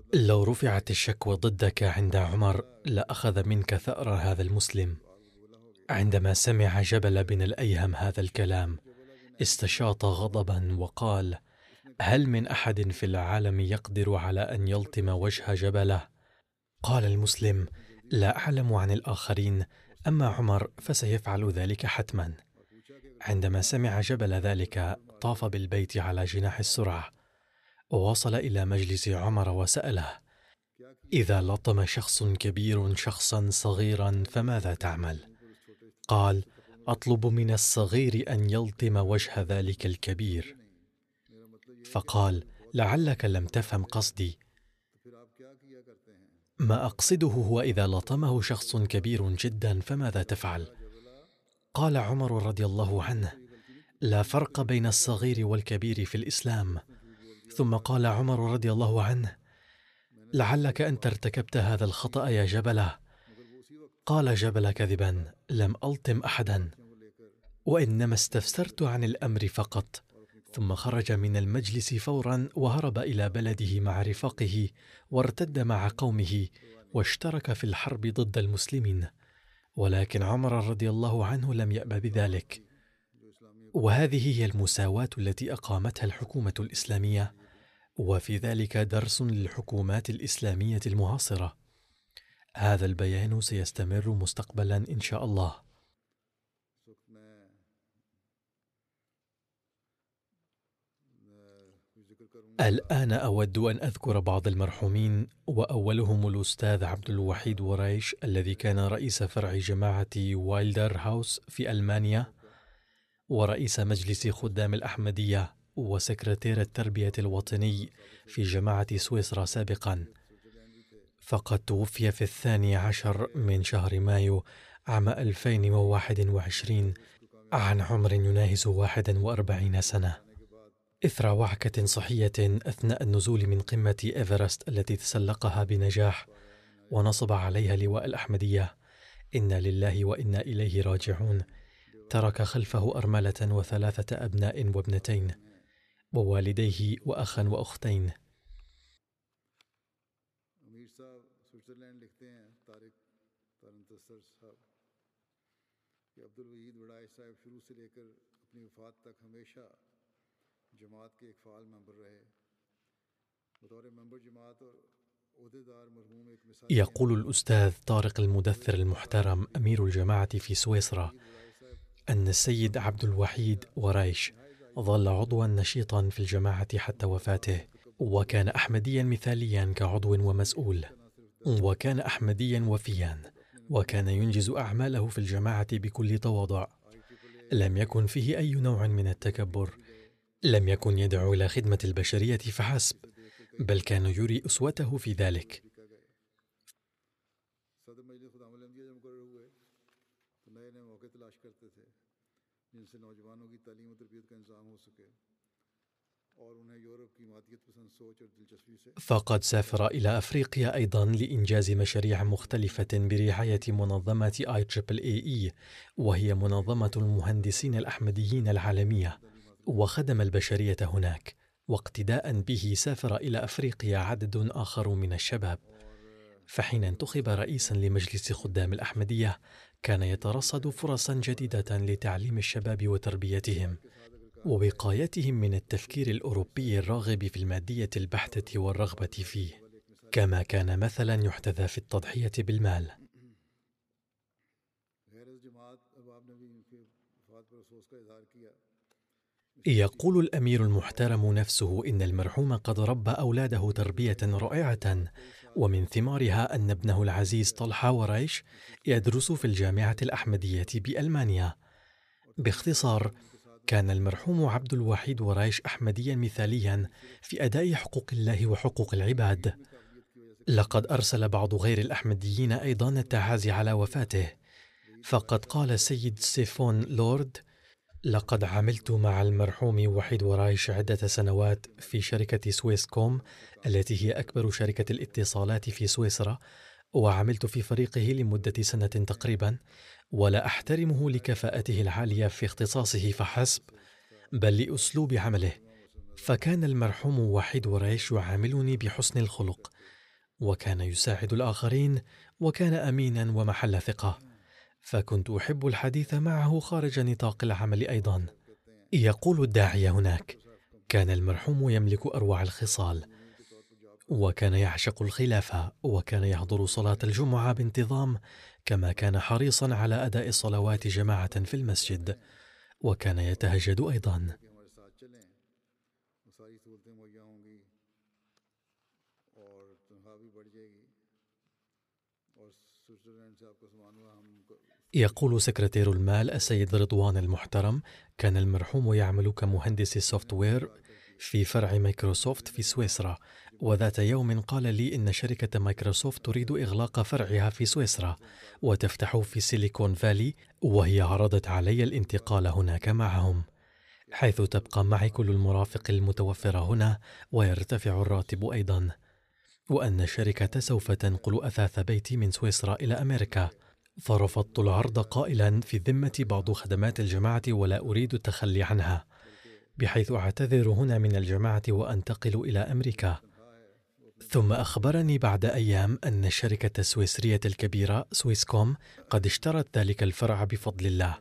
لو رفعت الشكوى ضدك عند عمر لأخذ منك ثأر هذا المسلم. عندما سمع جبل بن الأيهم هذا الكلام استشاط غضبا وقال: هل من أحد في العالم يقدر على أن يلطم وجه جبله؟ قال المسلم: لا أعلم عن الآخرين، أما عمر فسيفعل ذلك حتما. عندما سمع جبل ذلك طاف بالبيت على جناح السرعة، ووصل إلى مجلس عمر وسأله: إذا لطم شخص كبير شخصا صغيرا فماذا تعمل؟ قال: أطلب من الصغير أن يلطم وجه ذلك الكبير. فقال: لعلك لم تفهم قصدي. ما أقصده هو إذا لطمه شخص كبير جدا فماذا تفعل؟ قال عمر رضي الله عنه: لا فرق بين الصغير والكبير في الإسلام. ثم قال عمر رضي الله عنه: لعلك أنت ارتكبت هذا الخطأ يا جبلة. قال جبل: كذبا، لم ألطم أحدا، وإنما استفسرت عن الأمر فقط. ثم خرج من المجلس فورا وهرب إلى بلده مع رفاقه، وارتد مع قومه واشترك في الحرب ضد المسلمين. ولكن عمر رضي الله عنه لم يأب بذلك. وهذه هي المساواة التي أقامتها الحكومة الإسلامية، وفي ذلك درس للحكومات الإسلامية المعاصرة. هذا البيان سيستمر مستقبلا إن شاء الله. الآن أود أن أذكر بعض المرحومين، وأولهم الأستاذ عبد الوحيد وريش الذي كان رئيس فرع جماعة وايلدر هاوس في ألمانيا، ورئيس مجلس خدام الأحمدية، وسكرتير التربية الوطني في جماعة سويسرا سابقا. فقد توفي في الثاني عشر من شهر مايو عام ألفين وواحد وعشرين عن عمر يناهز واحد وأربعين سنة، إثر وعكة صحية أثناء النزول من قمة إيفرست التي تسلقها بنجاح ونصب عليها لواء الأحمدية. إنا لله وإنا إليه راجعون. ترك خلفه أرملة وثلاثة أبناء وابنتين، ووالديه وأخا وأختين. जमात के एक फाल मेंबर रहे। बतौर मेंबर जमात और ओहदेदार मरहूम एक मिसाल। يقول الأستاذ طارق المدثر المحترم أمير الجماعة في سويسرا أن السيد عبد الوحيد وريش ظل عضوا نشيطا في الجماعة حتى وفاته، وكان أحمديا مثاليا كعضو ومسؤول، وكان أحمديا وفيا، وكان ينجز أعماله في الجماعة بكل تواضع. لم يكن فيه أي نوع من التكبر، لم يكن يدعو إلى خدمة البشرية فحسب، بل كان يري أسوته في ذلك. فقد سافر إلى أفريقيا أيضا لإنجاز مشاريع مختلفة برعاية منظمة آي تريبل إي إي، وهي منظمة المهندسين الأحمديين العالمية، وخدم البشرية هناك. واقتداء به سافر إلى أفريقيا عدد آخر من الشباب. فحين انتخب رئيسا لمجلس خدام الأحمدية كان يترصد فرصا جديدة لتعليم الشباب وتربيتهم ووقايتهم من التفكير الأوروبي الراغب في المادية البحتة والرغبة فيه، كما كان مثلا يحتذى في التضحية بالمال. يقول الأمير المحترم نفسه إن المرحوم قد ربى أولاده تربية رائعة، ومن ثمارها أن ابنه العزيز طلحة وريش يدرس في الجامعة الأحمدية بألمانيا. باختصار، كان المرحوم عبد الوحيد وريش أحمديا مثاليا في أداء حقوق الله وحقوق العباد. لقد أرسل بعض غير الأحمديين أيضا التعازي على وفاته، فقد قال السيد ستيفون لورد: لقد عملت مع المرحوم وحيد وريش عدة سنوات في شركة سويس كوم التي هي أكبر شركة الاتصالات في سويسرا، وعملت في فريقه لمدة سنة تقريبا، ولا أحترمه لكفاءته العالية في اختصاصه فحسب، بل لأسلوب عمله. فكان المرحوم وحيد وريش يعاملني بحسن الخلق، وكان يساعد الآخرين، وكان أمينا ومحل ثقة، فكنت أحب الحديث معه خارج نطاق العمل أيضا. يقول الداعية هناك: كان المرحوم يملك أروع الخصال، وكان يعشق الخلافة، وكان يحضر صلاة الجمعة بانتظام، كما كان حريصا على أداء الصلوات جماعة في المسجد، وكان يتهجد أيضا. يقول سكرتير المال السيد رضوان المحترم: كان المرحوم يعمل كمهندس سوفت وير في فرع مايكروسوفت في سويسرا، وذات يوم قال لي إن شركة مايكروسوفت تريد إغلاق فرعها في سويسرا وتفتح في سيليكون فالي، وهي عرضت علي الانتقال هناك معهم، حيث تبقى معي كل المرافق المتوفرة هنا ويرتفع الراتب أيضا، وأن الشركة سوف تنقل أثاث بيتي من سويسرا إلى أمريكا. فرفضت العرض قائلا: في ذمة بعض خدمات الجماعة ولا أريد التخلي عنها، بحيث أعتذر هنا من الجماعة وأنتقل إلى أمريكا. ثم أخبرني بعد أيام أن الشركة السويسرية الكبيرة سويسكوم قد اشترت ذلك الفرع بفضل الله،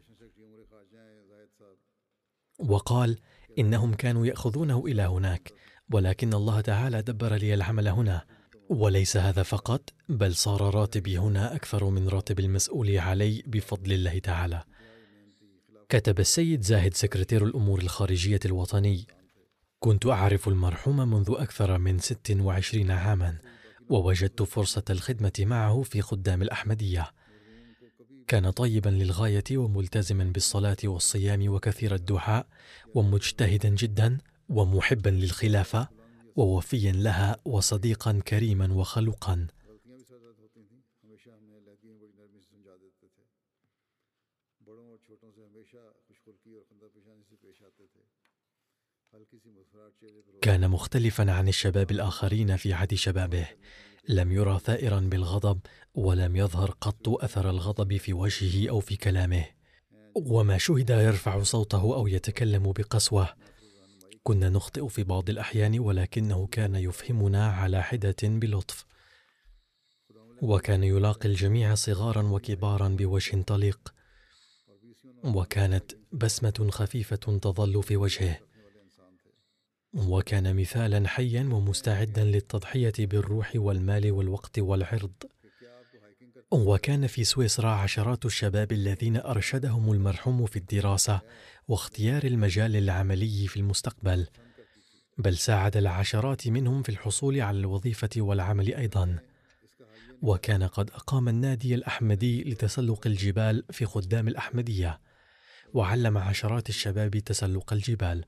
وقال إنهم كانوا يأخذونه إلى هناك، ولكن الله تعالى دبر لي العمل هنا. وليس هذا فقط، بل صار راتبي هنا أكثر من راتب المسؤول علي بفضل الله تعالى. كتب السيد زاهد سكرتير الأمور الخارجية الوطني: كنت أعرف المرحوم منذ أكثر من ست وعشرين عاما، ووجدت فرصة الخدمة معه في خدام الأحمدية. كان طيبا للغاية وملتزما بالصلاة والصيام وكثير الدعاء، ومجتهدا جدا، ومحبا للخلافة، ووفيا لها، وصديقا كريما وخلوقا. كان مختلفا عن الشباب الآخرين في عهد شبابه، لم يرى ثائرا بالغضب، ولم يظهر قط أثر الغضب في وجهه أو في كلامه، وما شهد يرفع صوته أو يتكلم بقسوة. كنا نخطئ في بعض الأحيان، ولكنه كان يفهمنا على حدة بلطف، وكان يلاقي الجميع صغارا وكبارا بوجه طليق، وكانت بسمة خفيفة تظل في وجهه، وكان مثالا حيا ومستعدا للتضحية بالروح والمال والوقت والعرض. وكان في سويسرا عشرات الشباب الذين أرشدهم المرحوم في الدراسة واختيار المجال العملي في المستقبل، بل ساعد العشرات منهم في الحصول على الوظيفة والعمل أيضا. وكان قد أقام النادي الأحمدي لتسلق الجبال في خدام الأحمدية، وعلم عشرات الشباب تسلق الجبال.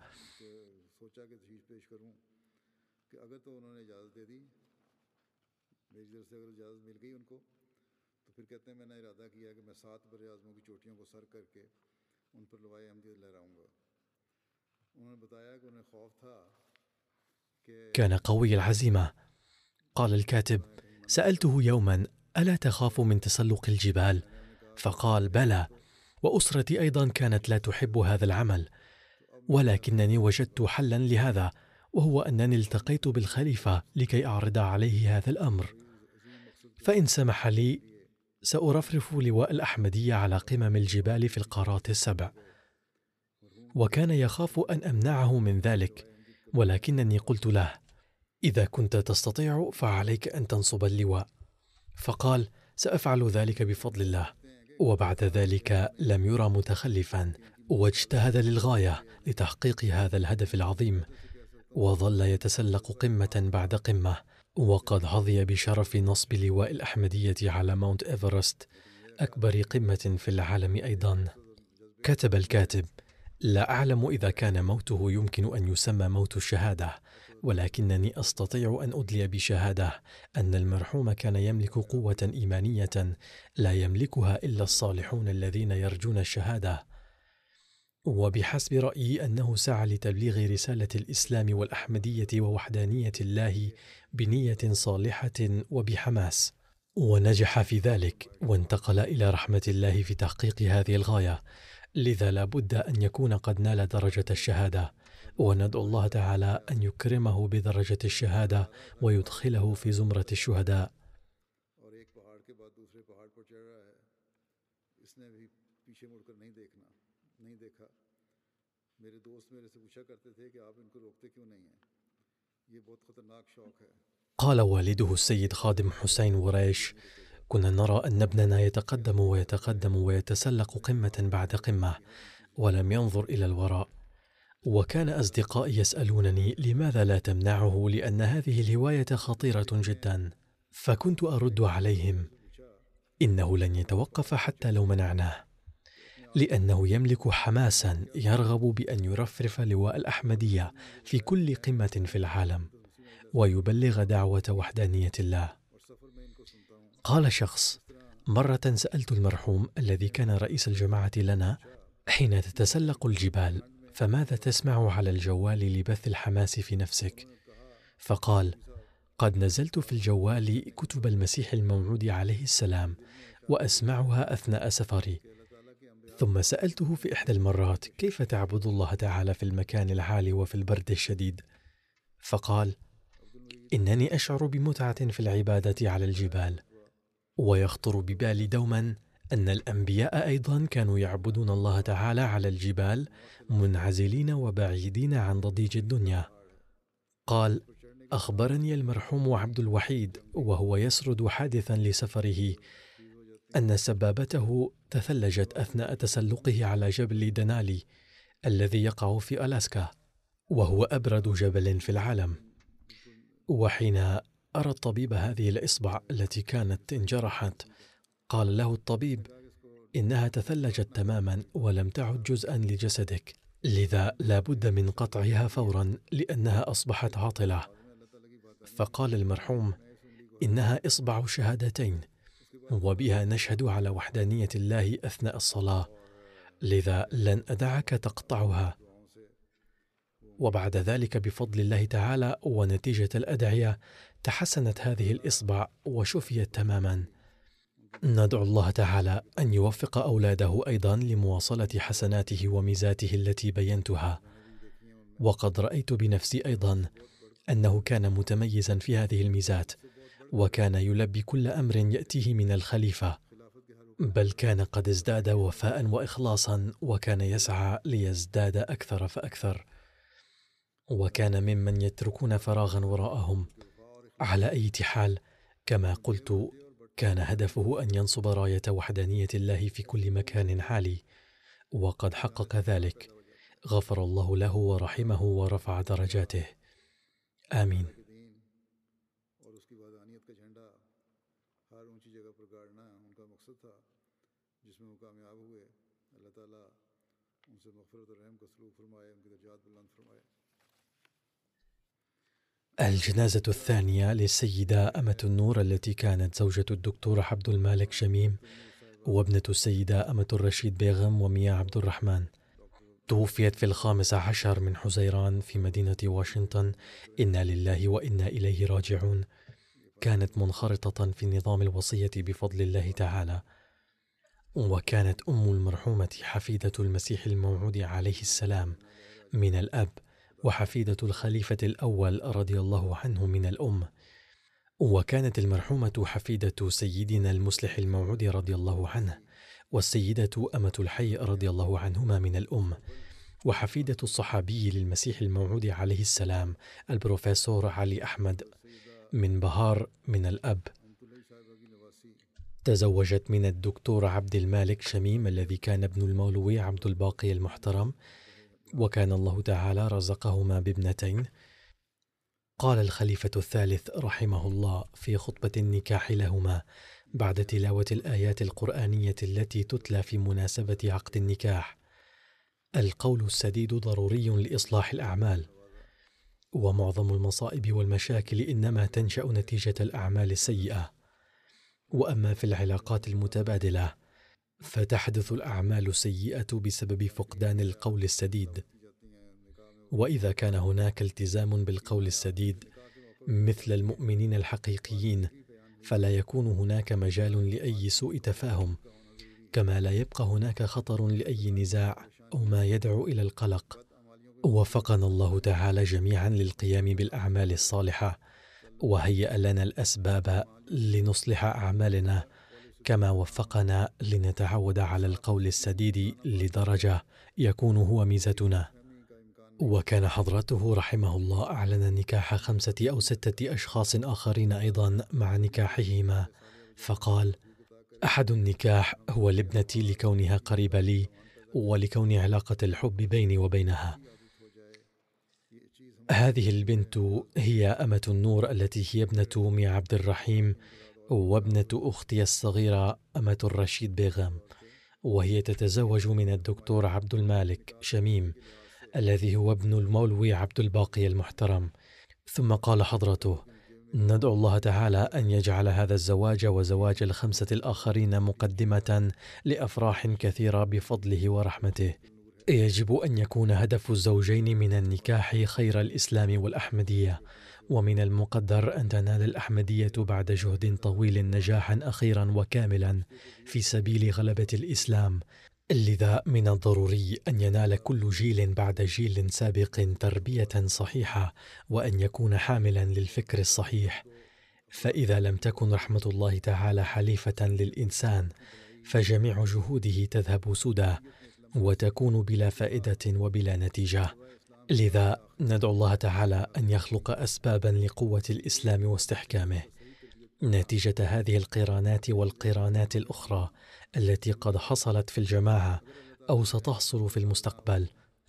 كان قوي العزيمة. قال الكاتب: سألته يوما: ألا تخاف من تسلق الجبال؟ فقال: بلى، وأسرتي أيضا كانت لا تحب هذا العمل، ولكنني وجدت حلا لهذا، وهو أنني التقيت بالخليفة لكي أعرض عليه هذا الأمر، فإن سمح لي سأرفرف لواء الأحمدية على قمم الجبال في القارات السبع. وكان يخاف أن أمنعه من ذلك، ولكنني قلت له: إذا كنت تستطيع فعليك أن تنصب اللواء. فقال: سأفعل ذلك بفضل الله. وبعد ذلك لم يرى متخلفا، واجتهد للغاية لتحقيق هذا الهدف العظيم، وظل يتسلق قمة بعد قمة، وقد حظي بشرف نصب لواء الأحمدية على ماونت إيفرست، أكبر قمة في العالم أيضا. كتب الكاتب: لا أعلم إذا كان موته يمكن أن يسمى موت الشهادة، ولكنني أستطيع أن أدلي بشهادة أن المرحوم كان يملك قوة إيمانية لا يملكها إلا الصالحون الذين يرجون الشهادة. وبحسب رأيي أنه سعى لتبليغ رسالة الإسلام والأحمدية ووحدانية الله بنية صالحة وبحماس. ونجح في ذلك وانتقل إلى رحمة الله في تحقيق هذه الغاية، لذا لا بد أن يكون قد نال درجة الشهادة، وندعو الله تعالى أن يكرمه بدرجة الشهادة ويدخله في زمرة الشهداء. قال والده السيد خادم حسين وريش: كنا نرى أن ابننا يتقدم ويتقدم ويتسلق قمة بعد قمة ولم ينظر إلى الوراء، وكان أصدقائي يسألونني لماذا لا تمنعه لأن هذه الهواية خطيرة جدا، فكنت أرد عليهم: إنه لن يتوقف حتى لو منعناه، لأنه يملك حماسا يرغب بأن يرفرف لواء الأحمدية في كل قمة في العالم ويبلغ دعوة وحدانية الله. قال شخص: مرة سألت المرحوم الذي كان رئيس الجماعة لنا: حين تتسلق الجبال فماذا تسمع على الجوال لبث الحماس في نفسك؟ فقال: قد نزلت في الجوال كتب المسيح الموعود عليه السلام وأسمعها أثناء سفري. ثم سألته في إحدى المرات: كيف تعبد الله تعالى في المكان العالي وفي البرد الشديد؟ فقال: إنني أشعر بمتعة في العبادة على الجبال، ويخطر ببالي دوما أن الأنبياء أيضا كانوا يعبدون الله تعالى على الجبال منعزلين وبعيدين عن ضجيج الدنيا. قال: أخبرني المرحوم عبد الوحيد وهو يسرد حادثا لسفره أن سبابته تثلجت أثناء تسلقه على جبل دنالي الذي يقع في ألاسكا، وهو أبرد جبل في العالم. وحين أرى الطبيب هذه الإصبع التي كانت انجرحت، قال له الطبيب: إنها تثلجت تماما ولم تعد جزءا لجسدك، لذا لا بد من قطعها فورا لأنها أصبحت عاطلة. فقال المرحوم: إنها إصبع شهادتين، وبها نشهد على وحدانية الله أثناء الصلاة، لذا لن أدعك تقطعها. وبعد ذلك بفضل الله تعالى ونتيجة الأدعية تحسنت هذه الإصبع وشفيت تماما. ندعو الله تعالى أن يوفق أولاده أيضا لمواصلة حسناته وميزاته التي بينتها. وقد رأيت بنفسي أيضا أنه كان متميزا في هذه الميزات، وكان يلبي كل أمر يأتيه من الخليفة، بل كان قد ازداد وفاء وإخلاصا، وكان يسعى ليزداد أكثر فأكثر، وكان ممن يتركون فراغا وراءهم. على أي حال، كما قلت، كان هدفه أن ينصب راية وحدانية الله في كل مكان عالي، وقد حقق ذلك. غفر الله له ورحمه ورفع درجاته. آمين. الجنازة الثانية للسيدة أمة النور التي كانت زوجة الدكتور عبد المالك شميم وابنة السيدة أمة الرشيد بيغم وميا عبد الرحمن. توفيت في الخامس عشر من حزيران في مدينة واشنطن. إنا لله وإنا إليه راجعون. كانت منخرطة في نظام الوصية بفضل الله تعالى، وكانت أم المرحومة حفيدة المسيح الموعود عليه السلام من الأب، وحفيدة الخليفة الأول رضي الله عنه من الأم. وكانت المرحومة حفيدة سيدنا المصلح الموعود رضي الله عنه، والسيدة أمة الحي رضي الله عنهما من الأم، وحفيدة الصحابي للمسيح الموعود عليه السلام البروفيسور علي أحمد من بهار من الأب. تزوجت من الدكتور عبد المالك شميم الذي كان ابن المولوي عبد الباقي المحترم، وكان الله تعالى رزقهما بابنتين. قال الخليفة الثالث رحمه الله في خطبة النكاح لهما بعد تلاوة الآيات القرآنية التي تتلى في مناسبة عقد النكاح: القول السديد ضروري لإصلاح الأعمال، ومعظم المصائب والمشاكل إنما تنشأ نتيجة الأعمال السيئة. وأما في العلاقات المتبادلة فتحدث الأعمال السيئة بسبب فقدان القول السديد. وإذا كان هناك التزام بالقول السديد مثل المؤمنين الحقيقيين، فلا يكون هناك مجال لأي سوء تفاهم، كما لا يبقى هناك خطر لأي نزاع أو ما يدعو إلى القلق. وفقنا الله تعالى جميعا للقيام بالأعمال الصالحة، وهيأ لنا الأسباب لنصلح أعمالنا، كما وفقنا لنتعود على القول السديد لدرجة يكون هو ميزتنا. وكان حضرته رحمه الله أعلن نكاح خمسة أو ستة أشخاص آخرين أيضا مع نكاحهما، فقال: أحد النكاح هو لابنتي لكونها قريبة لي ولكون علاقة الحب بيني وبينها. هذه البنت هي أمة النور التي هي ابنة أمي عبد الرحيم وابنة أختي الصغيرة أمة الرشيد بيغام، وهي تتزوج من الدكتور عبد المالك شميم الذي هو ابن المولوي عبد الباقي المحترم. ثم قال حضرته: ندعو الله تعالى أن يجعل هذا الزواج وزواج الخمسة الآخرين مقدمة لأفراح كثيرة بفضله ورحمته. يجب أن يكون هدف الزوجين من النكاح خير الإسلام والأحمدية، ومن المقدر أن تنال الأحمدية بعد جهد طويل نجاحا أخيرا وكاملا في سبيل غلبة الإسلام. لذا من الضروري أن ينال كل جيل بعد جيل سابق تربية صحيحة، وأن يكون حاملا للفكر الصحيح. فإذا لم تكن رحمة الله تعالى حليفة للإنسان، فجميع جهوده تذهب سدى وتكون بلا فائدة وبلا نتيجة. لذا ندعو الله تعالى أن يخلق أسبابا لقوة الإسلام واستحكامه. نتيجة هذه القرانات والقرانات الأخرى التي قد حصلت في الجماعة أو ستحصل في المستقبل،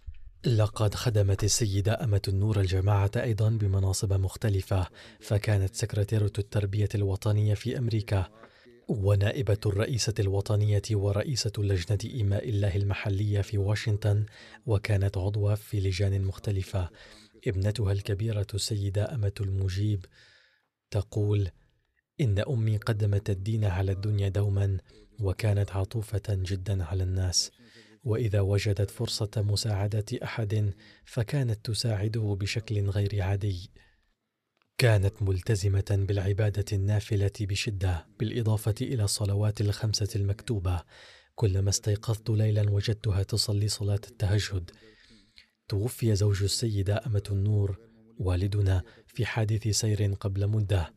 لقد خدمت السيدة أمة النور الجماعة أيضا بمناصب مختلفة، فكانت سكرتيرة التربية الوطنية في أمريكا، ونائبة الرئيسة الوطنية ورئيسة لجنة إيماء الله المحلية في واشنطن، وكانت عضوة في لجان مختلفة. ابنتها الكبيرة السيدة أمة المجيب تقول: إن أمي قدمت الدين على الدنيا دوما، وكانت عطوفة جدا على الناس، وإذا وجدت فرصة مساعدة أحد فكانت تساعده بشكل غير عادي. كانت ملتزمة بالعبادة النافلة بشدة، بالإضافة إلى الصلوات الخمسة المكتوبة. كلما استيقظت ليلا وجدتها تصلي صلاة التهجد. توفي زوج السيدة أمة النور والدنا في حادث سير قبل مدة،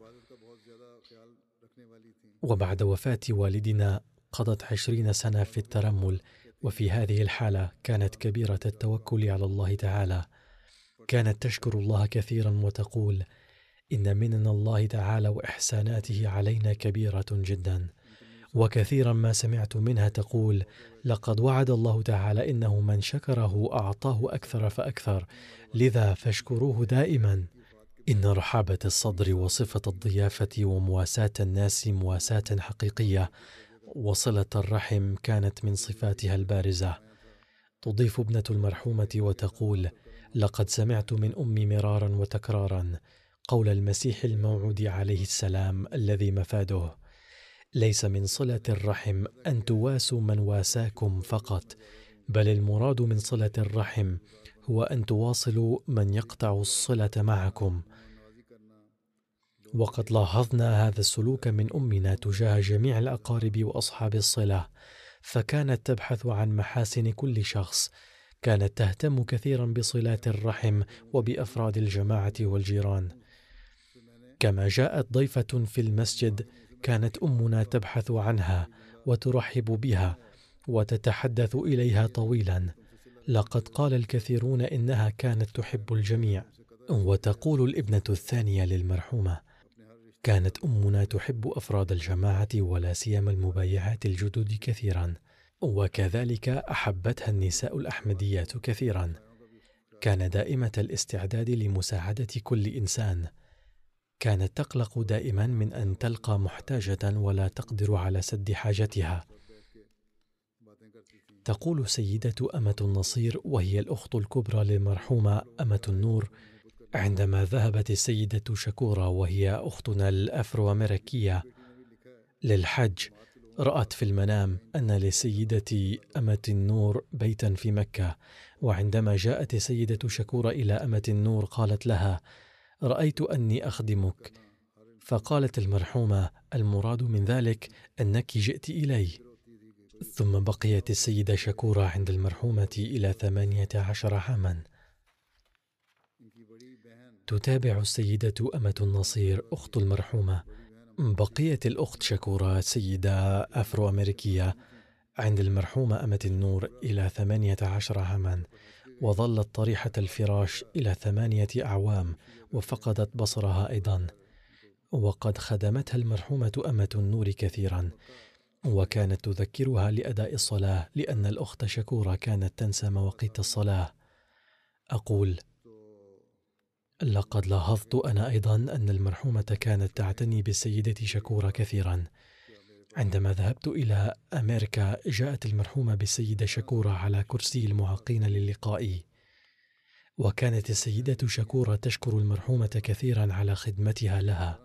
وبعد وفاة والدنا قضت عشرين سنة في الترمل، وفي هذه الحالة كانت كبيرة التوكل على الله تعالى. كانت تشكر الله كثيرا وتقول: إن منن الله تعالى وإحساناته علينا كبيرة جدا. وكثيرا ما سمعت منها تقول: لقد وعد الله تعالى إنه من شكره أعطاه أكثر فأكثر، لذا فاشكروه دائما. إن رحابة الصدر وصفة الضيافة ومواساة الناس مواساة حقيقية، وصلة الرحم كانت من صفاتها البارزة. تضيف ابنة المرحومة وتقول: لقد سمعت من أمي مرارا وتكرارا قول المسيح الموعود عليه السلام الذي مفاده: ليس من صلة الرحم أن تواسوا من واساكم فقط، بل المراد من صلة الرحم هو أن تواصلوا من يقطع الصلة معكم. وقد لاحظنا هذا السلوك من أمنا تجاه جميع الأقارب وأصحاب الصلة، فكانت تبحث عن محاسن كل شخص. كانت تهتم كثيرا بصلات الرحم وبأفراد الجماعة والجيران. كما جاءت ضيفة في المسجد كانت أمنا تبحث عنها وترحب بها وتتحدث إليها طويلا. لقد قال الكثيرون إنها كانت تحب الجميع. وتقول الابنة الثانية للمرحومة: كانت أمنا تحب أفراد الجماعة ولا سيما المبايعات الجدد كثيرا، وكذلك أحبتها النساء الأحمديات كثيرا. كان دائمة الاستعداد لمساعدة كل إنسان. كانت تقلق دائما من أن تلقى محتاجة ولا تقدر على سد حاجتها. تقول سيدة أمة النصير وهي الأخت الكبرى للمرحومة أمة النور: عندما ذهبت السيدة شكورة وهي أختنا الأفرو أمريكية للحج، رأت في المنام أن لسيدة أمة النور بيتا في مكة. وعندما جاءت السيدة شكورة إلى أمة النور قالت لها: رأيت أني أخدمك، فقالت المرحومة: المراد من ذلك أنك جئت إلي. ثم بقيت السيدة شكورة عند المرحومة إلى ثمانية عشر عاما. تتابع السيدة أمة النصير أخت المرحومة. بقيت الأخت شكورة سيدة أفرو أمريكية عند المرحومة أمة النور إلى ثمانية عشر عاما، وظلت طريحة الفراش إلى ثمانية أعوام، وفقدت بصرها أيضا. وقد خدمتها المرحومة أمة النور كثيرا، وكانت تذكرها لأداء الصلاة، لأن الأخت شكورة كانت تنسى مواقيت الصلاة. أقول: لقد لاحظت أنا أيضا أن المرحومة كانت تعتني بالسيدة شكورة كثيرا. عندما ذهبت إلى أمريكا جاءت المرحومة بالسيدة شكورة على كرسي المعاقين للقاء، وكانت السيدة شكورة تشكر المرحومة كثيرا على خدمتها لها.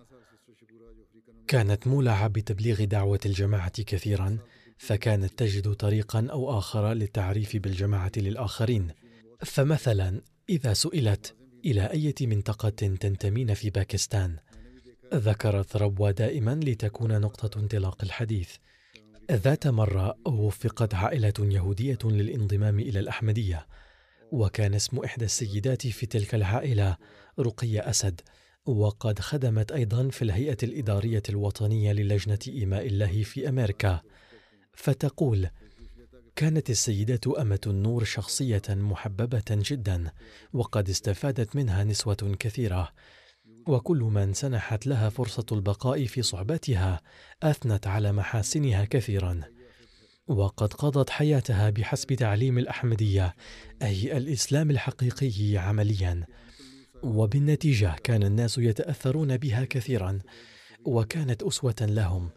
كانت مولعة بتبليغ دعوة الجماعة كثيرا، فكانت تجد طريقا أو آخر للتعريف بالجماعة للآخرين. فمثلا إذا سئلت: إلى أي منطقة تنتمين في باكستان؟ ذكرت ربوة دائما لتكون نقطة انطلاق الحديث. ذات مرة وفقت عائلة يهودية للانضمام إلى الأحمدية، وكان اسم إحدى السيدات في تلك العائلة رقية أسد، وقد خدمت أيضا في الهيئة الإدارية الوطنية للجنة إيماء الله في أمريكا. فتقول: كانت السيدة أمة النور شخصية محببة جدا، وقد استفادت منها نسوة كثيرة، وكل من سنحت لها فرصة البقاء في صحبتها أثنت على محاسنها كثيرا. وقد قضت حياتها بحسب تعليم الأحمدية، أي الإسلام الحقيقي عمليا، وبالنتيجة كان الناس يتأثرون بها كثيرا، وكانت أسوة لهم.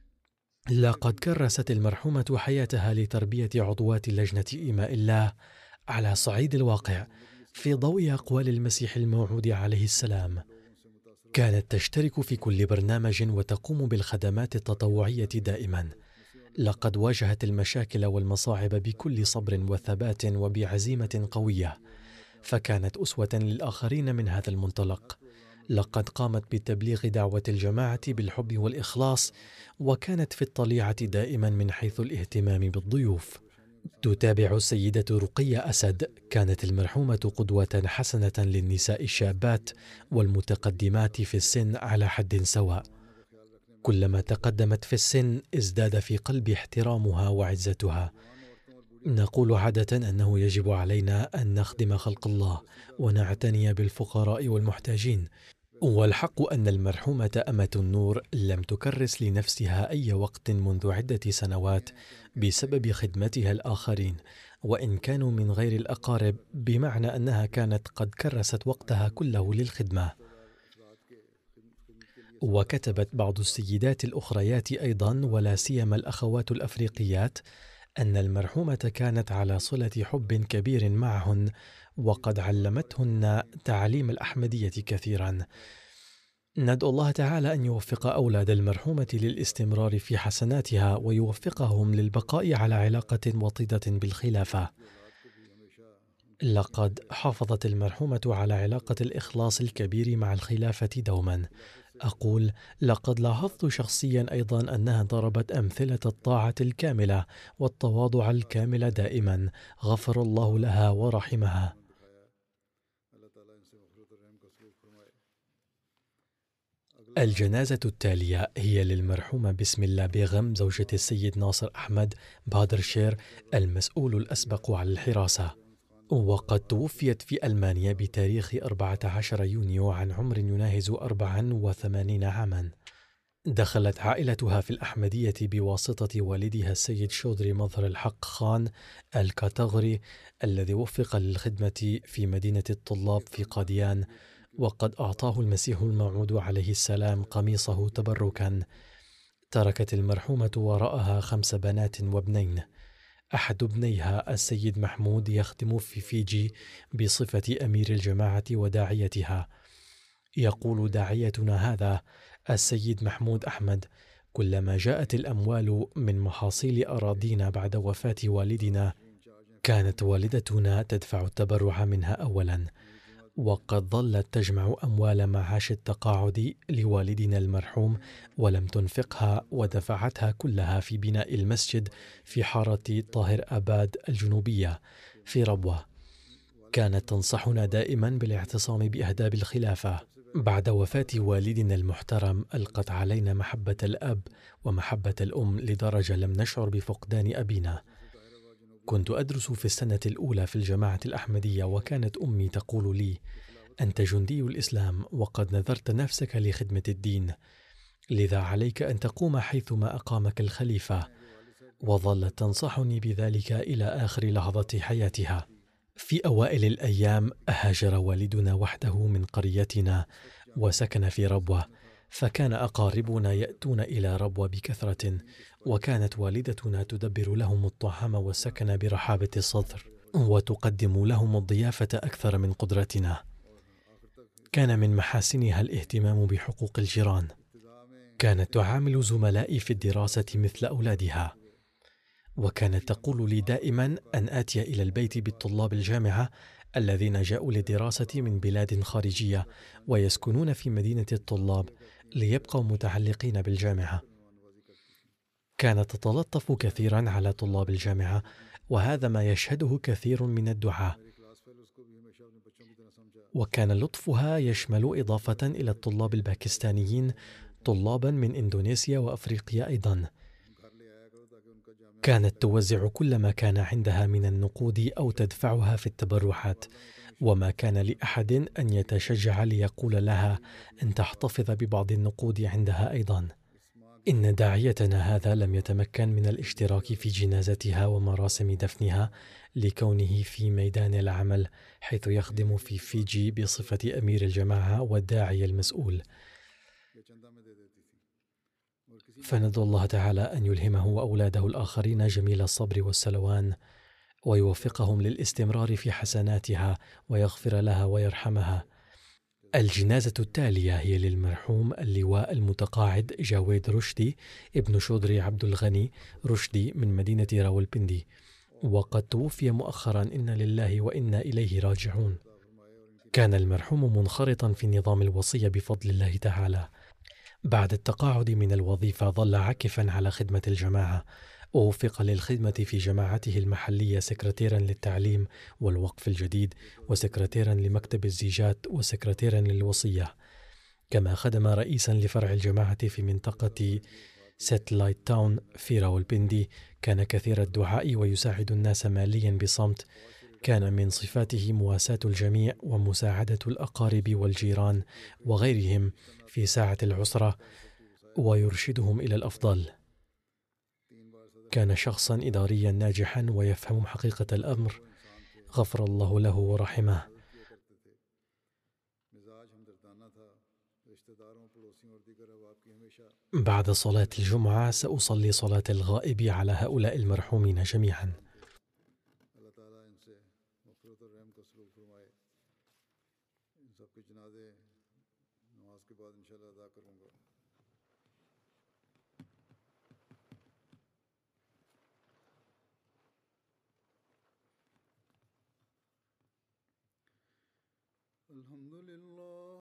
لقد كرست المرحومة حياتها لتربية عضوات لجنة إيماء الله على صعيد الواقع في ضوء أقوال المسيح الموعود عليه السلام. كانت تشترك في كل برنامج وتقوم بالخدمات التطوعية دائما. لقد واجهت المشاكل والمصاعب بكل صبر وثبات وبعزيمة قوية، فكانت أسوة للآخرين من هذا المنطلق. لقد قامت بتبليغ دعوة الجماعة بالحب والإخلاص، وكانت في الطليعة دائما من حيث الاهتمام بالضيوف. تتابع السيدة رقية أسد. كانت المرحومة قدوة حسنة للنساء الشابات والمتقدمات في السن على حد سواء. كلما تقدمت في السن ازداد في قلبي احترامها وعزتها. نقول عادة أنه يجب علينا أن نخدم خلق الله ونعتني بالفقراء والمحتاجين، والحق أن المرحومة أمة النور لم تكرس لنفسها أي وقت منذ عدة سنوات بسبب خدمتها الآخرين، وإن كانوا من غير الأقارب، بمعنى أنها كانت قد كرست وقتها كله للخدمة. وكتبت بعض السيدات الأخريات أيضا، ولا سيما الأخوات الأفريقيات، أن المرحومة كانت على صلة حب كبير معهن، وقد علمتهن تعليم الأحمدية كثيرا. ندعو الله تعالى أن يوفق أولاد المرحومة للاستمرار في حسناتها، ويوفقهم للبقاء على علاقة وطيدة بالخلافة. لقد حافظت المرحومة على علاقة الإخلاص الكبير مع الخلافة دوما. أقول: لقد لاحظت شخصيا أيضا أنها ضربت أمثلة الطاعة الكاملة والتواضع الكامل دائما، غفر الله لها ورحمها. الجنازة التالية هي للمرحومة بسم الله بيغم، زوجة السيد ناصر أحمد بادرشير المسؤول الأسبق على الحراسة، وقد توفيت في ألمانيا بتاريخ أربعة عشر يونيو عن عمر يناهز أربعا وثمانين عاما. دخلت عائلتها في الأحمدية بواسطة والدها السيد شودري مظهر الحق خان الكاتغري، الذي وفق للخدمة في مدينة الطلاب في قاديان، وقد أعطاه المسيح الموعود عليه السلام قميصه تبركا. تركت المرحومة وراءها خمس بنات وابنين. أحد ابنيها السيد محمود يخدم في فيجي بصفة أمير الجماعة وداعيتها. يقول داعيتنا هذا السيد محمود أحمد: كلما جاءت الأموال من محاصيل أراضينا بعد وفاة والدنا، كانت والدتنا تدفع التبرع منها أولا، وقد ظلت تجمع أموال معاش التقاعد لوالدنا المرحوم ولم تنفقها، ودفعتها كلها في بناء المسجد في حارة طاهر آباد الجنوبية في ربوة. كانت تنصحنا دائما بالاعتصام بأهداب الخلافة. بعد وفاة والدنا المحترم ألقت علينا محبة الأب ومحبة الأم لدرجة لم نشعر بفقدان أبينا. كنت أدرس في السنة الأولى في الجماعة الأحمدية، وكانت أمي تقول لي: أنت جندي الإسلام وقد نذرت نفسك لخدمة الدين، لذا عليك أن تقوم حيثما أقامك الخليفة. وظلت تنصحني بذلك إلى آخر لحظة حياتها. في أوائل الأيام هاجر والدنا وحده من قريتنا وسكن في ربوة، فكان أقاربنا يأتون إلى ربوة بكثرة، وكانت والدتنا تدبر لهم الطعام والسكن برحابة الصدر، وتقدم لهم الضيافة أكثر من قدرتنا. كان من محاسنها الاهتمام بحقوق الجيران. كانت تعامل زملائي في الدراسة مثل أولادها، وكانت تقول لي دائما أن آتي إلى البيت بالطلاب الجامعة الذين جاءوا للدراسة من بلاد خارجية ويسكنون في مدينة الطلاب ليبقوا متعلقين بالجامعة. كانت تتلطف كثيرا على طلاب الجامعة، وهذا ما يشهده كثير من الدعاة. وكان لطفها يشمل إضافة إلى الطلاب الباكستانيين طلابا من إندونيسيا وأفريقيا أيضا. كانت توزع كل ما كان عندها من النقود أو تدفعها في التبرعات، وما كان لأحد أن يتشجع ليقول لها أن تحتفظ ببعض النقود عندها أيضا. إن داعيتنا هذا لم يتمكن من الاشتراك في جنازتها ومراسم دفنها لكونه في ميدان العمل، حيث يخدم في فيجي بصفة أمير الجماعة والداعية المسؤول. فندعو الله تعالى أن يلهمه وأولاده الآخرين جميل الصبر والسلوان، ويوفقهم للاستمرار في حسناتها ويغفر لها ويرحمها. الجنازة التالية هي للمرحوم اللواء المتقاعد جاويد رشدي ابن شودري عبد الغني رشدي من مدينة راولبندي، وقد توفي مؤخرا. إنا لله وإنا إليه راجعون. كان المرحوم منخرطا في نظام الوصية بفضل الله تعالى. بعد التقاعد من الوظيفة ظل عاكفا على خدمة الجماعة، ووفق للخدمة في جماعته المحلية سكرتيرا للتعليم والوقف الجديد، وسكرتيرا لمكتب الزيجات، وسكرتيرا للوصية. كما خدم رئيسا لفرع الجماعة في منطقة ساتلايت تاون في راولبندي. كان كثير الدعاء ويساعد الناس ماليا بصمت. كان من صفاته مواساة الجميع ومساعدة الأقارب والجيران وغيرهم في ساعة العسرة، ويرشدهم إلى الأفضل. كان شخصا إداريا ناجحا ويفهم حقيقة الأمر، غفر الله له ورحمه. بعد صلاة الجمعة سأصلي صلاة الغائب على هؤلاء المرحومين جميعا. الحمد لله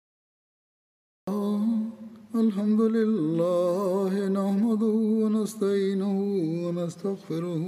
الحمد لله نحمده ونستعينه ونستغفره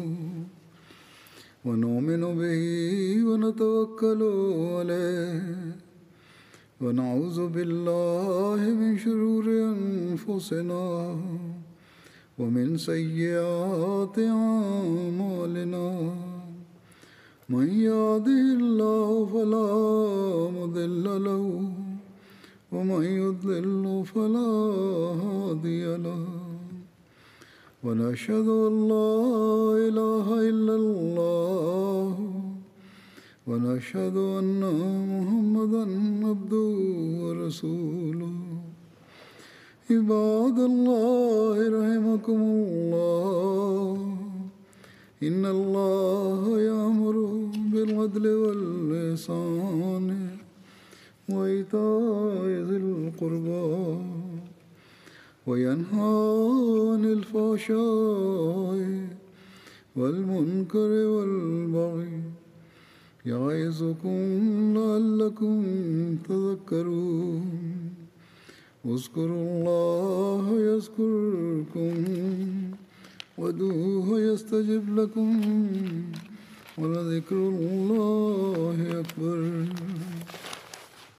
ونؤمن به ونتوكل عليه ونعوذ بالله من شرور أنفسنا ومن سيئات أعمالنا. من يهده الله فلا مضل له ومن يضلل فلا هادي له. ونشهد أن لا إله إلا الله ونشهد أن محمدا عبده ورسوله. عباد الله رحمكم الله، إن الله يأمر بالعدل والإحسان وإيتاء ذي القربى وينهى عن الفحشاء والمنكر والبغي يعظكم لعلكم تذكرون اذكروا الله يذكركم وادعوه يستجب لكم ولذكر الله أكبر.